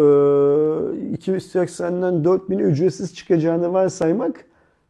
e, iki yüz seksenden dört bine ücretsiz çıkacağını varsaymak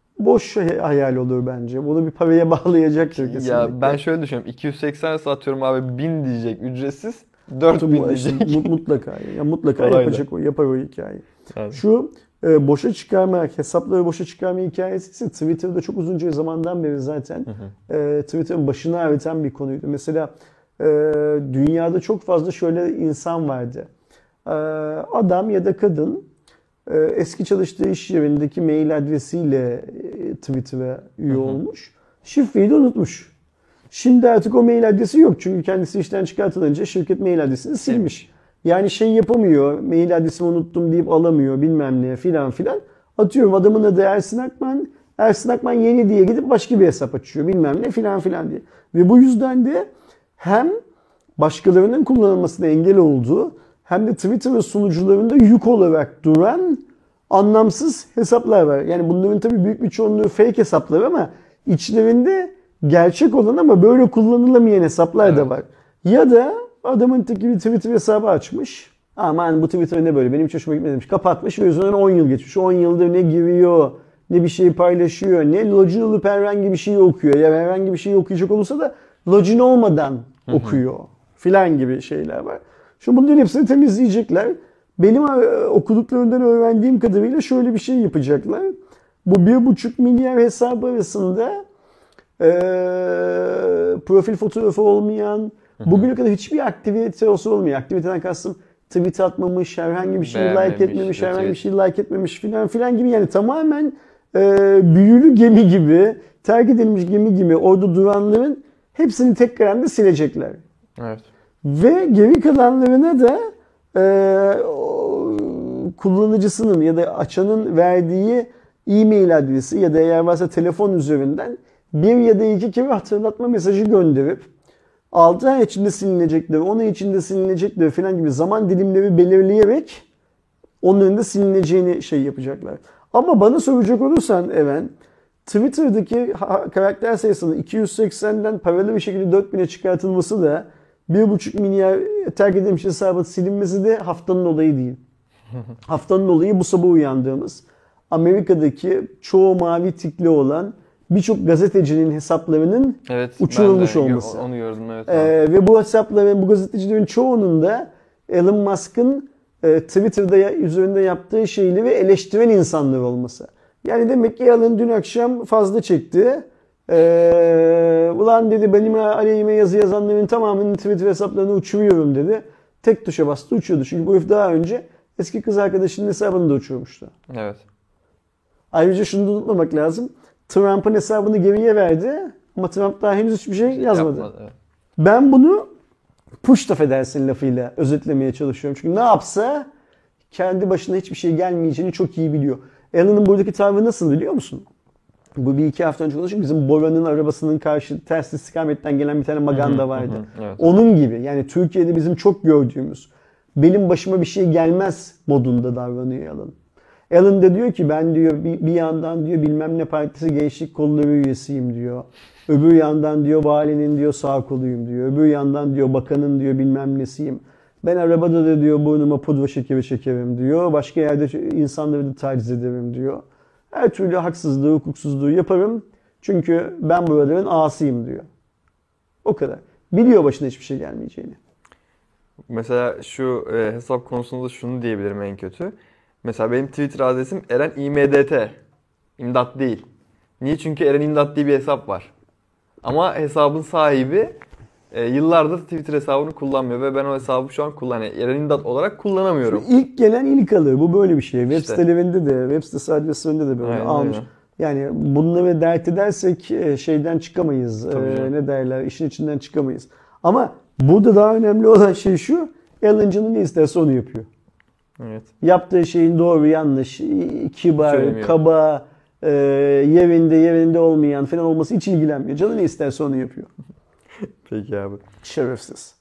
boş hayal olur bence. Bunu bir paraya bağlayacaktır kesinlikle. Ya ben şöyle düşünüyorum. iki yüz seksen satıyorum abi, bin diyecek ücretsiz. dört bin diyecek. Mutlaka. Ya mutlaka yapacak o, yapar o hikayeyi. Evet. Şu e, boşa çıkarma, hesapları boşa çıkarma hikayesi ise Twitter'da çok uzunca zamandan beri zaten hı hı. E, Twitter'ın başını ağrıtan bir konuydu. Mesela e, dünyada çok fazla şöyle insan vardı. E, adam ya da kadın e, eski çalıştığı iş yerindeki mail adresiyle e, Twitter'a üye hı hı. olmuş. Şifreyi de unutmuş. Şimdi artık o mail adresi yok. Çünkü kendisi işten çıkartılınca şirket mail adresini silmiş. Evet. Yani şey yapamıyor, mail adresimi unuttum deyip alamıyor bilmem ne filan filan. Atıyorum adamın adı Ersin Akman. Ersin Akman yeni diye gidip başka bir hesap açıyor bilmem ne filan filan diye. Ve bu yüzden de hem başkalarının kullanılmasına engel olduğu hem de Twitter sunucularında yük olarak duran anlamsız hesaplar var. Yani bunların tabii büyük bir çoğunluğu fake hesaplar ama içlerinde gerçek olan ama böyle kullanılamayan hesaplar evet. da var. Ya da adamın teki bir Twitter hesabı açmış. Aman bu Twitter ne böyle, benim hiç hoşuma gitmedi demiş. Kapatmış ve üzerinden on yıl geçmiş. on yıldır ne giriyor, ne bir şey paylaşıyor, ne login olup herhangi bir şey okuyor. Ya herhangi bir şey okuyacak olursa da login olmadan okuyor filan gibi şeyler var. Şimdi bunların hepsini temizleyecekler. Benim okuduklarından öğrendiğim kadarıyla şöyle bir şey yapacaklar. Bu bir buçuk milyar hesabı arasında e, profil fotoğrafı olmayan, bugüne kadar hiçbir aktivite olsa olmuyor. Aktiviteden kastım tweet atmamış, herhangi bir şey like etmemiş, herhangi bir şey like etmemiş filan filan gibi. Yani tamamen e, büyülü gemi gibi, terk edilmiş gemi gibi orada duranların hepsini tekrar da silecekler. Evet. Ve geri kalanlarına da e, kullanıcısının ya da açanın verdiği e-mail adresi ya da eğer varsa telefon üzerinden bir ya da iki kere hatırlatma mesajı gönderip altı ay içinde silinecekleri, on ay içinde silinecekleri falan gibi zaman dilimleri belirleyerek onların da silineceğini şey yapacaklar. Ama bana soracak olursan Eren, Twitter'daki karakter sayısının iki yüz seksenden paralel bir şekilde dört bine çıkartılması da bir buçuk milyar terk edilmiş hesabın silinmesi de haftanın olayı değil. Haftanın olayı bu sabah uyandığımız Amerika'daki çoğu mavi tikli olan birçok gazetecinin hesaplarının evet, uçurulmuş ben de olması. Onu gördüm, evet. Ee, ve bu hesapların, bu gazetecilerin çoğunun da Elon Musk'ın e, Twitter'da ya, üzerinde yaptığı şeyleri eleştiren insanlar olması. Yani demek ki Elon dün akşam fazla çekti. Ee, ulan dedi benim aleyhime yazı yazanların tamamının Twitter hesaplarını uçuruyorum dedi. Tek tuşa bastı uçuyordu. Çünkü bu herif daha önce eski kız arkadaşının hesabını da uçurmuştu. Evet. Ayrıca şunu da unutmamak lazım. Trump'ın hesabını geriye verdi ama Trump daha henüz hiçbir şey yazmadı. Yapmadı, evet. Ben bunu push da edersin lafıyla özetlemeye çalışıyorum. Çünkü ne yapsa kendi başına hiçbir şey gelmeyeceğini çok iyi biliyor. Elon'un buradaki tavrı nasıl biliyor musun? Bu bir iki hafta önce konuştuk. Bizim Bora'nın arabasının karşı ters istikametten gelen bir tane maganda vardı. Hı hı, evet. Onun gibi. Yani Türkiye'de bizim çok gördüğümüz benim başıma bir şey gelmez modunda davranıyor Elon. Elon de diyor ki ben diyor bir, bir yandan diyor bilmem ne partisi gençlik kolları üyesiyim diyor. Öbür yandan diyor valinin diyor sağ koluyum diyor. Öbür yandan diyor bakanın diyor bilmem nesiyim. Ben arabada da diyor burnuma pudra şekeri çekerim diyor. Başka yerde insanları da taciz ederim diyor. Her türlü haksızlığı, hukuksuzluğu yaparım. Çünkü ben buraların ağasıyım diyor. O kadar. Biliyor başına hiçbir şey gelmeyeceğini. Mesela şu e, hesap konusunda şunu diyebilirim en kötü. Mesela benim Twitter adresim Eren İMDT. İmdat değil. Niye? Çünkü Eren İmdat diye bir hesap var. Ama hesabın sahibi e, yıllardır Twitter hesabını kullanmıyor ve ben o hesabı şu an kullanıyorum. Eren İmdat olarak kullanamıyorum. Şu ilk gelen ilk alır. Bu böyle bir şey. Web işte. Sitelerinde de, web sitesi adreslerinde de böyle aynen, almış. Aynen. Yani bunları dert edersek şeyden çıkamayız. Ee, ne derler? İşin içinden çıkamayız. Ama burada daha önemli olan şey şu. Elon'cının ne isterse onu yapıyor. Evet. Yaptığı şeyin doğru yanlış, kibar, kaba, e, yerinde yerinde olmayan falan olması hiç ilgilenmiyor. Canı ne isterse onu yapıyor. Peki abi. Şerefsiz.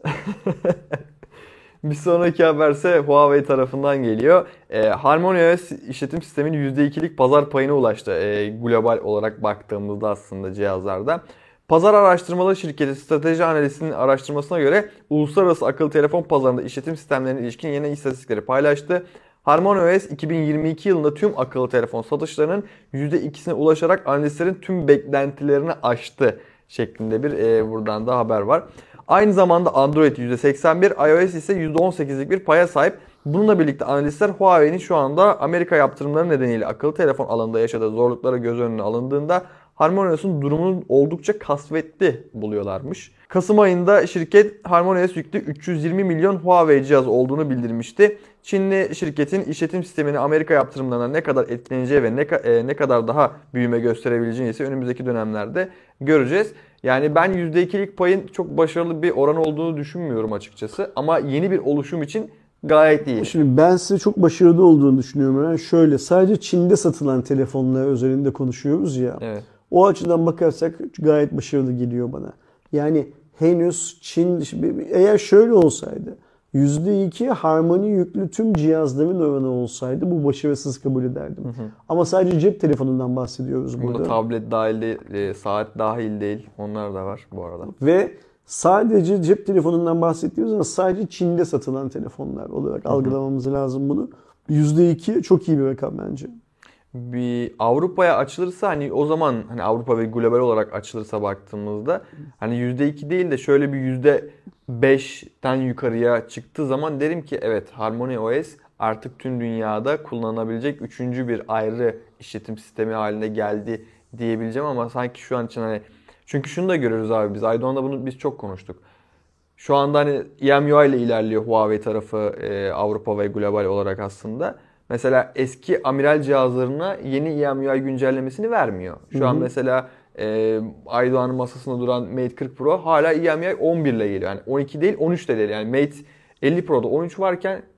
Bir sonraki haberse Huawei tarafından geliyor. E, HarmonyOS işletim sisteminin yüzde ikilik pazar payına ulaştı. E, global olarak baktığımızda aslında cihazlarda. Pazar araştırmaları şirketi Strateji Analist'in araştırmasına göre uluslararası akıllı telefon pazarında işletim sistemlerine ilişkin yeni istatistikleri paylaştı. HarmonyOS iki bin yirmi iki yılında tüm akıllı telefon satışlarının yüzde ikisine ulaşarak analistlerin tüm beklentilerini aştı şeklinde bir e, buradan da haber var. Aynı zamanda Android yüzde seksen bir, iOS ise yüzde on sekizlik bir paya sahip. Bununla birlikte analistler Huawei'nin şu anda Amerika yaptırımları nedeniyle akıllı telefon alanında yaşadığı zorluklara göz önüne alındığında HarmonyOS'un durumunu oldukça kasvetli buluyorlarmış. Kasım ayında şirket HarmonyOS yüklü üç yüz yirmi milyon Huawei cihaz olduğunu bildirmişti. Çinli şirketin işletim sistemini Amerika yaptırımlarına ne kadar etkileneceği ve ne, e, ne kadar daha büyüme gösterebileceğini ise önümüzdeki dönemlerde göreceğiz. Yani ben yüzde ikilik payın çok başarılı bir oran olduğunu düşünmüyorum açıkçası. Ama yeni bir oluşum için gayet iyi. Şimdi ben size çok başarılı olduğunu düşünüyorum. Yani şöyle sadece Çin'de satılan telefonlar üzerinde konuşuyoruz ya. Evet. O açıdan bakarsak gayet başarılı geliyor bana. Yani henüz Çin, eğer şöyle olsaydı yüzde iki Harmony yüklü tüm cihazların oranı olsaydı bu başarısız kabul ederdim. Hı hı. Ama sadece cep telefonundan bahsediyoruz burada. Bunda tablet dahil değil, saat dahil değil. Onlar da var bu arada. Ve sadece cep telefonundan bahsediyoruz ama sadece Çin'de satılan telefonlar olarak hı hı. algılamamız lazım bunu. yüzde iki çok iyi bir rakam bence. Bir Avrupa'ya açılırsa hani o zaman hani Avrupa ve global olarak açılırsa baktığımızda hani yüzde iki değil de şöyle bir yüzde beşten yukarıya çıktığı zaman derim ki evet HarmonyOS artık tüm dünyada kullanılabilecek üçüncü bir ayrı işletim sistemi haline geldi diyebileceğim ama sanki şu an için hani çünkü şunu da görüyoruz abi biz Aydoğan'da bunu biz çok konuştuk. Şu anda hani E M U I ile ilerliyor Huawei tarafı e, Avrupa ve global olarak aslında. Mesela eski amiral cihazlarına yeni E M U I güncellemesini vermiyor. Şu Hı-hı. an mesela e, Aydoğan'ın masasında duran Mate kırk Pro hala E M U I on bir ile geliyor. Yani on iki değil on üç de değil. Yani Mate elli Pro'da on üç varken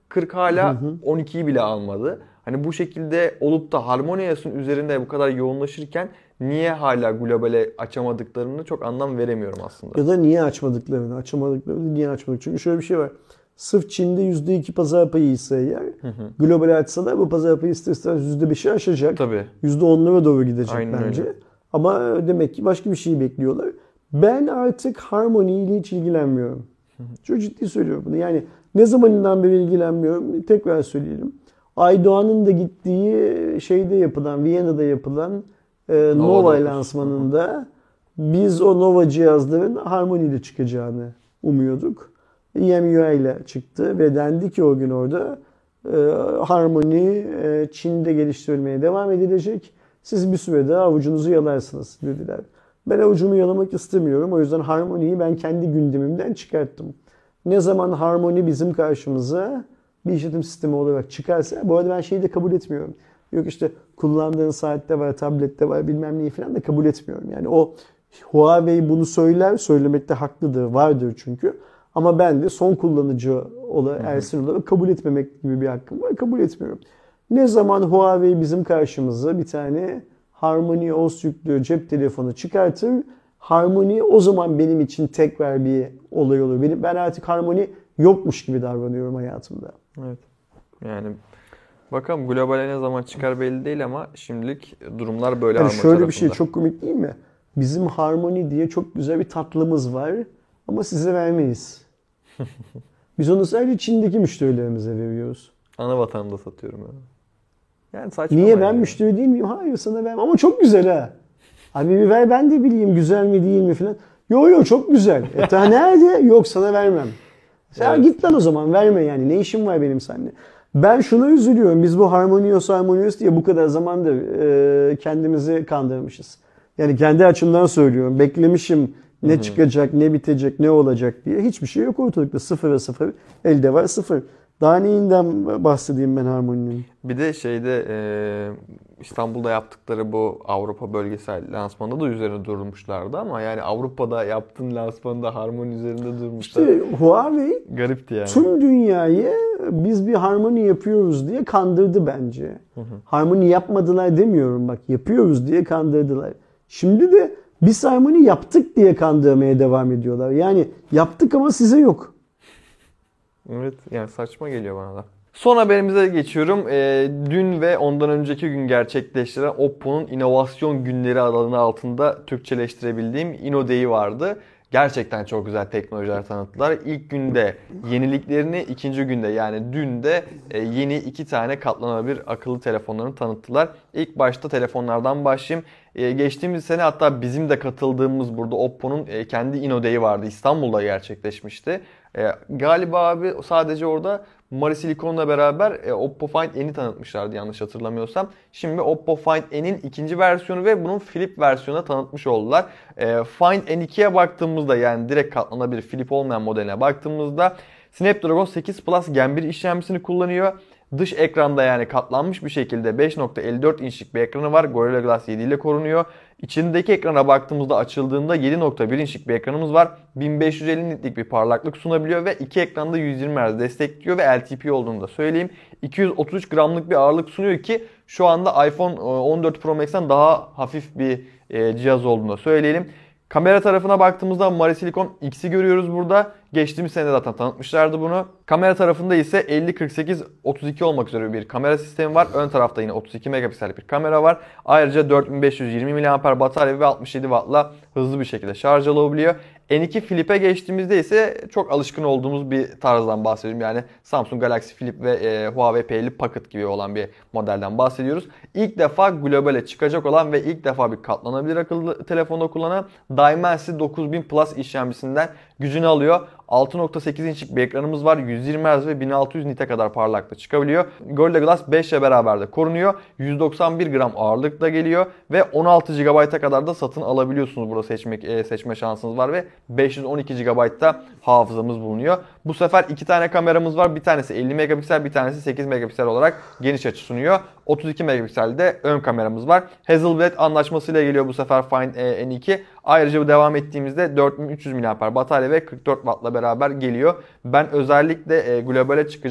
kırk hala on ikiyi bile almadı. Hani bu şekilde olup da Harmony O S'un üzerinde bu kadar yoğunlaşırken niye hala globale açamadıklarını çok anlam veremiyorum aslında. Ya da niye açmadıklarını, açamadıklarını niye açmadık? Çünkü şöyle bir şey var. Sırf Çin'de yüzde iki pazar payı ise eğer, hı hı. globale açsalar bu pazar payı ister istemez yüzde beşi aşacak. Tabii. yüzde onlara doğru gidecek Aynen bence. öyle. Ama demek ki başka bir şey bekliyorlar. Ben artık Harmony ile hiç ilgilenmiyorum. Hı hı. Çok ciddi söylüyorum bunu. Yani ne zamanından beri ilgilenmiyorum. Tekrar söyleyelim. Aydoğan'ın da gittiği şeyde yapılan, Viyana'da yapılan e, Nova, Nova lansmanında biz o Nova cihazların Harmony ile çıkacağını umuyorduk. E M U I ile çıktı ve dendi ki o gün orada e, Harmony e, Çin'de geliştirilmeye devam edilecek. Siz bir süre daha avucunuzu yalarsınız dediler. Ben avucumu yalamak istemiyorum. O yüzden Harmony'yi ben kendi gündemimden çıkarttım. Ne zaman Harmony bizim karşımıza bir işletim sistemi olarak çıkarsa, bu arada ben şeyi de kabul etmiyorum. Yok işte kullandığın saatte var, tablette var, bilmem neyi falan da kabul etmiyorum. Yani o Huawei bunu söyler, söylemekte haklıdır, vardır çünkü. Ama ben de son kullanıcı olarak, Ersin olarak kabul etmemek gibi bir hakkım var, kabul etmiyorum. Ne zaman Huawei bizim karşımıza bir tane Harmony O S yüklü cep telefonu çıkartır, Harmony o zaman benim için tekrar bir olay olur. Benim, ben artık Harmony yokmuş gibi davranıyorum hayatımda. Evet. Yani bakalım globale ne zaman çıkar belli değil ama şimdilik durumlar böyle. Yani şöyle tarafında. Bir şey çok komik değil mi? Bizim Harmony diye çok güzel bir tatlımız var ama size vermeyiz. Biz onu sadece Çin'deki müşterilerimize veriyoruz. Ana vatanda satıyorum yani. Yani saçma. Niye ben yani. müşteri değil miyim? Hayır sana vermem ama çok güzel ha. Abi bir ver ben de bileyim güzel mi değil mi falan. Yo yo çok güzel. E ta nerede? Yok sana vermem. Sen evet. Git lan o zaman verme yani. Ne işim var benim seninle? Ben şuna üzülüyorum. Biz bu Harmony O S, Harmony O S diye bu kadar zamandır e, kendimizi kandırmışız. Yani kendi açımdan söylüyorum. Beklemişim ne Hı-hı. çıkacak, ne bitecek, ne olacak diye. Hiçbir şey yok ortalıkta. Sıfıra sıfır. Elde var sıfır. Daha neyinden bahsedeyim ben Harmony'nin? Bir de şeyde e, İstanbul'da yaptıkları bu Avrupa bölgesel lansmanında da üzerine durmuşlardı ama yani Avrupa'da yaptığın lansmanında Harmony üzerinde durmuşlar. İşte Huawei garipti yani. Tüm dünyayı biz bir Harmony yapıyoruz diye kandırdı bence. Hı hı. Harmony yapmadılar demiyorum bak yapıyoruz diye kandırdılar. Şimdi de biz Harmony yaptık diye kandırmaya devam ediyorlar. Yani yaptık ama size yok. Evet yani saçma geliyor bana da. Son haberimize geçiyorum. Ee, dün ve ondan önceki gün gerçekleştiren Oppo'nun inovasyon günleri alanı altında Türkçeleştirebildiğim InnoDay'i vardı. Gerçekten çok güzel teknolojiler tanıttılar. İlk günde yeniliklerini, ikinci günde yani dün de yeni iki tane katlanabilir akıllı telefonlarını tanıttılar. İlk başta telefonlardan başlayayım. Geçtiğimiz sene hatta bizim de katıldığımız burada Oppo'nun kendi InnoDay'i vardı. İstanbul'da gerçekleşmişti. Galiba abi sadece orada Mari Silicon'la beraber e, Oppo Find N'i tanıtmışlardı yanlış hatırlamıyorsam. Şimdi Oppo Find N'in ikinci versiyonu ve bunun flip versiyonunu tanıtmış oldular. E, Find N iki'ye baktığımızda yani direkt katlanabilir flip olmayan modeline baktığımızda Snapdragon sekiz Plus Gen bir işlemcisini kullanıyor. Dış ekranda yani katlanmış bir şekilde beş nokta elli dört inçlik bir ekranı var. Gorilla Glass yedi ile korunuyor. İçindeki ekrana baktığımızda açıldığında yedi nokta bir inçlik bir ekranımız var. bin beş yüz elli nitlik bir parlaklık sunabiliyor ve iki ekranda yüz yirmi hertz destekliyor ve L T P olduğunu da söyleyeyim. iki yüz otuz üç gramlık bir ağırlık sunuyor ki şu anda iPhone on dört Pro Max'ten daha hafif bir cihaz olduğunu da söyleyelim. Kamera tarafına baktığımızda Mari Silicon X'i görüyoruz burada. Geçtiğimiz sene zaten tanıtmışlardı bunu. Kamera tarafında ise elli kırk sekiz otuz iki olmak üzere bir kamera sistemi var. Ön tarafta yine otuz iki megapiksellik bir kamera var. Ayrıca dört bin beş yüz yirmi miliamper batarya ve altmış yedi wattla hızlı bir şekilde şarj alabiliyor. N iki Flip'e geçtiğimizde ise çok alışkın olduğumuz bir tarzdan bahsediyorum. Yani Samsung Galaxy Flip ve e, Huawei P elli Pocket gibi olan bir modelden bahsediyoruz. İlk defa globale çıkacak olan ve ilk defa bir katlanabilir akıllı telefonda kullanan Dimensity dokuz bin Plus işlemcisinden gücünü alıyor. altı nokta sekiz inçlik bir ekranımız var. yüz yirmi hertz ve bin altı yüz nite kadar parlaklıkta çıkabiliyor. Gorilla Glass beş ile beraber de korunuyor. yüz doksan bir gram ağırlıkta geliyor ve on altı gigabayta kadar da satın alabiliyorsunuz. Burada seçmek seçme şansınız var ve beş yüz on iki gigabaytta hafızamız bulunuyor. Bu sefer iki tane kameramız var. Bir tanesi elli megapiksel, bir tanesi sekiz megapiksel olarak geniş açı sunuyor. otuz iki megapikselde ön kameramız var. Hasselblad anlaşmasıyla geliyor bu sefer Find N iki. Ayrıca bu devam ettiğimizde dört bin üç yüz miliamper batarya ve kırk dört wattla beraber geliyor. Ben özellikle e, globale çıkacak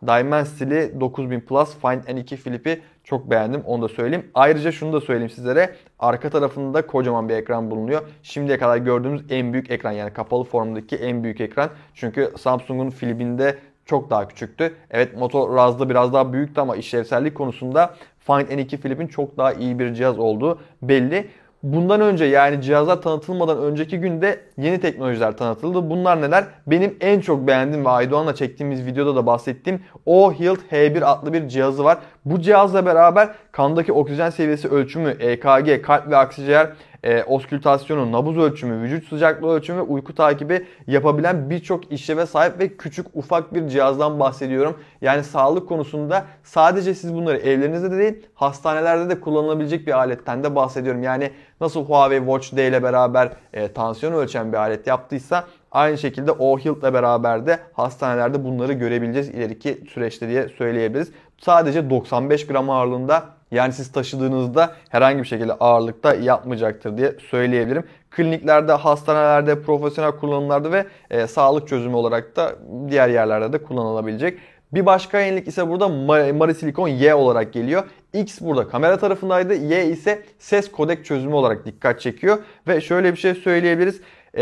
Dimensity dokuz bin Plus Find N iki Flip'i çok beğendim. Onu da söyleyeyim. Ayrıca şunu da söyleyeyim sizlere. Arka tarafında kocaman bir ekran bulunuyor. Şimdiye kadar gördüğümüz en büyük ekran, yani kapalı formdaki en büyük ekran. Çünkü Samsung'un Flip'inde çok daha küçüktü. Evet, Motoraz'da biraz daha büyüktü ama işlevsellik konusunda Find N iki Flip'in çok daha iyi bir cihaz olduğu belli. Bundan önce, yani cihazlar tanıtılmadan önceki günde yeni teknolojiler tanıtıldı. Bunlar neler? Benim en çok beğendiğim ve Aydoğan'la çektiğimiz videoda da bahsettiğim O-Health H bir adlı bir cihazı var. Bu cihazla beraber kandaki oksijen seviyesi ölçümü, E K G, kalp ve akciğer e, oskültasyonu, nabız ölçümü, vücut sıcaklığı ölçümü ve uyku takibi yapabilen birçok işleve sahip ve küçük ufak bir cihazdan bahsediyorum. Yani sağlık konusunda sadece siz bunları evlerinizde de değil, hastanelerde de kullanılabilecek bir aletten de bahsediyorum. Yani nasıl Huawei Watch D ile beraber e, tansiyon ölçen bir alet yaptıysa, aynı şekilde O-Health ile beraber de hastanelerde bunları görebileceğiz ileriki süreçte diye söyleyebiliriz. Sadece doksan beş gram ağırlığında, yani siz taşıdığınızda herhangi bir şekilde ağırlıkta yapmayacaktır diye söyleyebilirim. Kliniklerde, hastanelerde, profesyonel kullanımlarda ve e, sağlık çözümü olarak da diğer yerlerde de kullanılabilecek. Bir başka yenilik ise burada Marisilikon Y olarak geliyor. X burada kamera tarafındaydı. Y ise ses kodek çözümü olarak dikkat çekiyor. Ve şöyle bir şey söyleyebiliriz.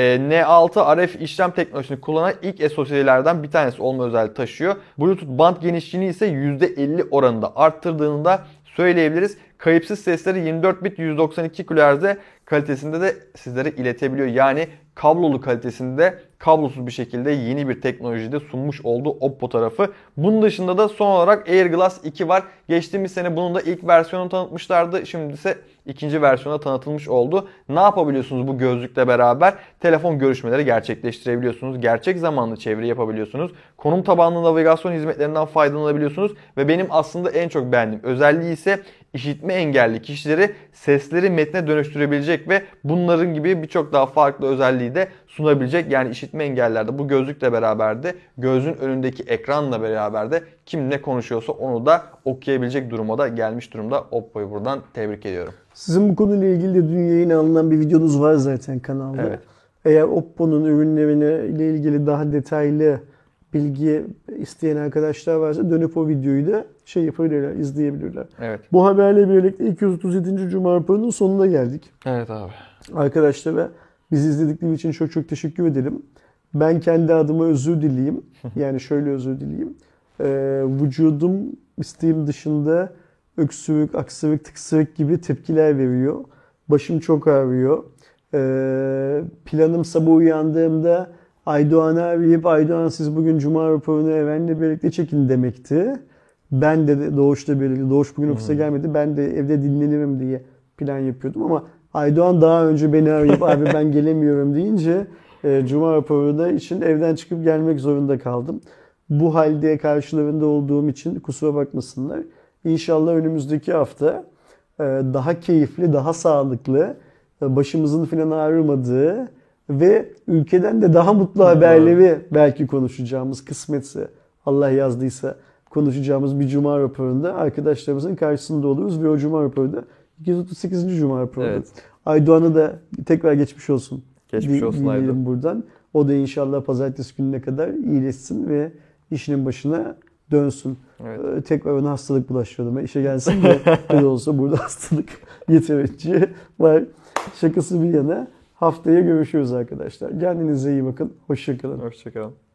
N altı R F işlem teknolojisini kullanan ilk S O C'lerden bir tanesi olma özelliği taşıyor. Bluetooth band genişliğini ise yüzde elli oranında arttırdığını da söyleyebiliriz. Kayıpsız sesleri yirmi dört bit yüz doksan iki kilohertz kalitesinde de sizlere iletebiliyor. Yani kablolu kalitesinde kablosuz bir şekilde yeni bir teknolojide sunmuş olduğu Oppo tarafı. Bunun dışında da son olarak AirGlass iki var. Geçtiğimiz sene bunun da ilk versiyonunu tanıtmışlardı. Şimdi ise ikinci versiyona tanıtılmış oldu. Ne yapabiliyorsunuz bu gözlükle beraber? Telefon görüşmeleri gerçekleştirebiliyorsunuz. Gerçek zamanlı çeviri yapabiliyorsunuz. Konum tabanlı navigasyon hizmetlerinden faydalanabiliyorsunuz. Ve benim aslında en çok beğendiğim özelliği ise işitme engelli kişileri sesleri metne dönüştürebilecek ve bunların gibi birçok daha farklı özelliği de sunabilecek. Yani işitme engellilerde bu gözlükle beraber de gözün önündeki ekranla beraber de kim ne konuşuyorsa onu da okuyabilecek duruma da gelmiş durumda. Oppo'yu buradan tebrik ediyorum. Sizin bu konuyla ilgili de dün yayınlanan bir videonuz var zaten kanalda. Evet. Eğer Oppo'nun ürünlerine ile ilgili daha detaylı bilgi isteyen arkadaşlar varsa dönüp o videoyu da şey yapabilirler, izleyebilirler. Evet. Bu haberle birlikte iki yüz otuz yedinci Cuma raporunun sonuna geldik. Evet abi. Arkadaşlara bizi izledikleri için çok çok teşekkür ederim. Ben kendi adıma özür dileyeyim. Yani şöyle özür dileyeyim. Ee, vücudum isteğim dışında öksürük, aksırık, tıksırık gibi tepkiler veriyor. Başım çok ağrıyor. Ee, planım sabah uyandığımda Aydoğan'ı arayıp Aydoğan siz bugün Cuma raporunu Eren'le birlikte çekin demekti. Ben de Doğuş'la birlikte, Doğuş bugün ofise gelmedi. Ben de evde dinlenirim diye plan yapıyordum ama Aydoğan daha önce beni arayıp abi ben gelemiyorum deyince e, Cuma raporu da için evden çıkıp gelmek zorunda kaldım. Bu halde karşılarında olduğum için kusura bakmasınlar. İnşallah önümüzdeki hafta e, daha keyifli, daha sağlıklı, e, başımızın falan ağrımadığı ve ülkeden de daha mutlu haberleri belki konuşacağımız, kısmetse Allah yazdıysa konuşacağımız bir Cuma raporunda arkadaşlarımızın karşısında oluruz ve o Cuma raporunda iki yüz otuz sekizinci Cuma raporu. Evet. Aydoğan'a da tekrar geçmiş olsun. Geçmiş olsun Aydoğan. Buradan. O da inşallah pazartesi gününe kadar iyileşsin ve işinin başına dönsün. Evet. Ee, tekrar ona hastalık bulaştırdım. İşe gelsin de ne olsa burada hastalık yeterince var. Şakası bir yana haftaya görüşürüz arkadaşlar. Kendinize iyi bakın. Hoşça kalın. Hoşça kalın.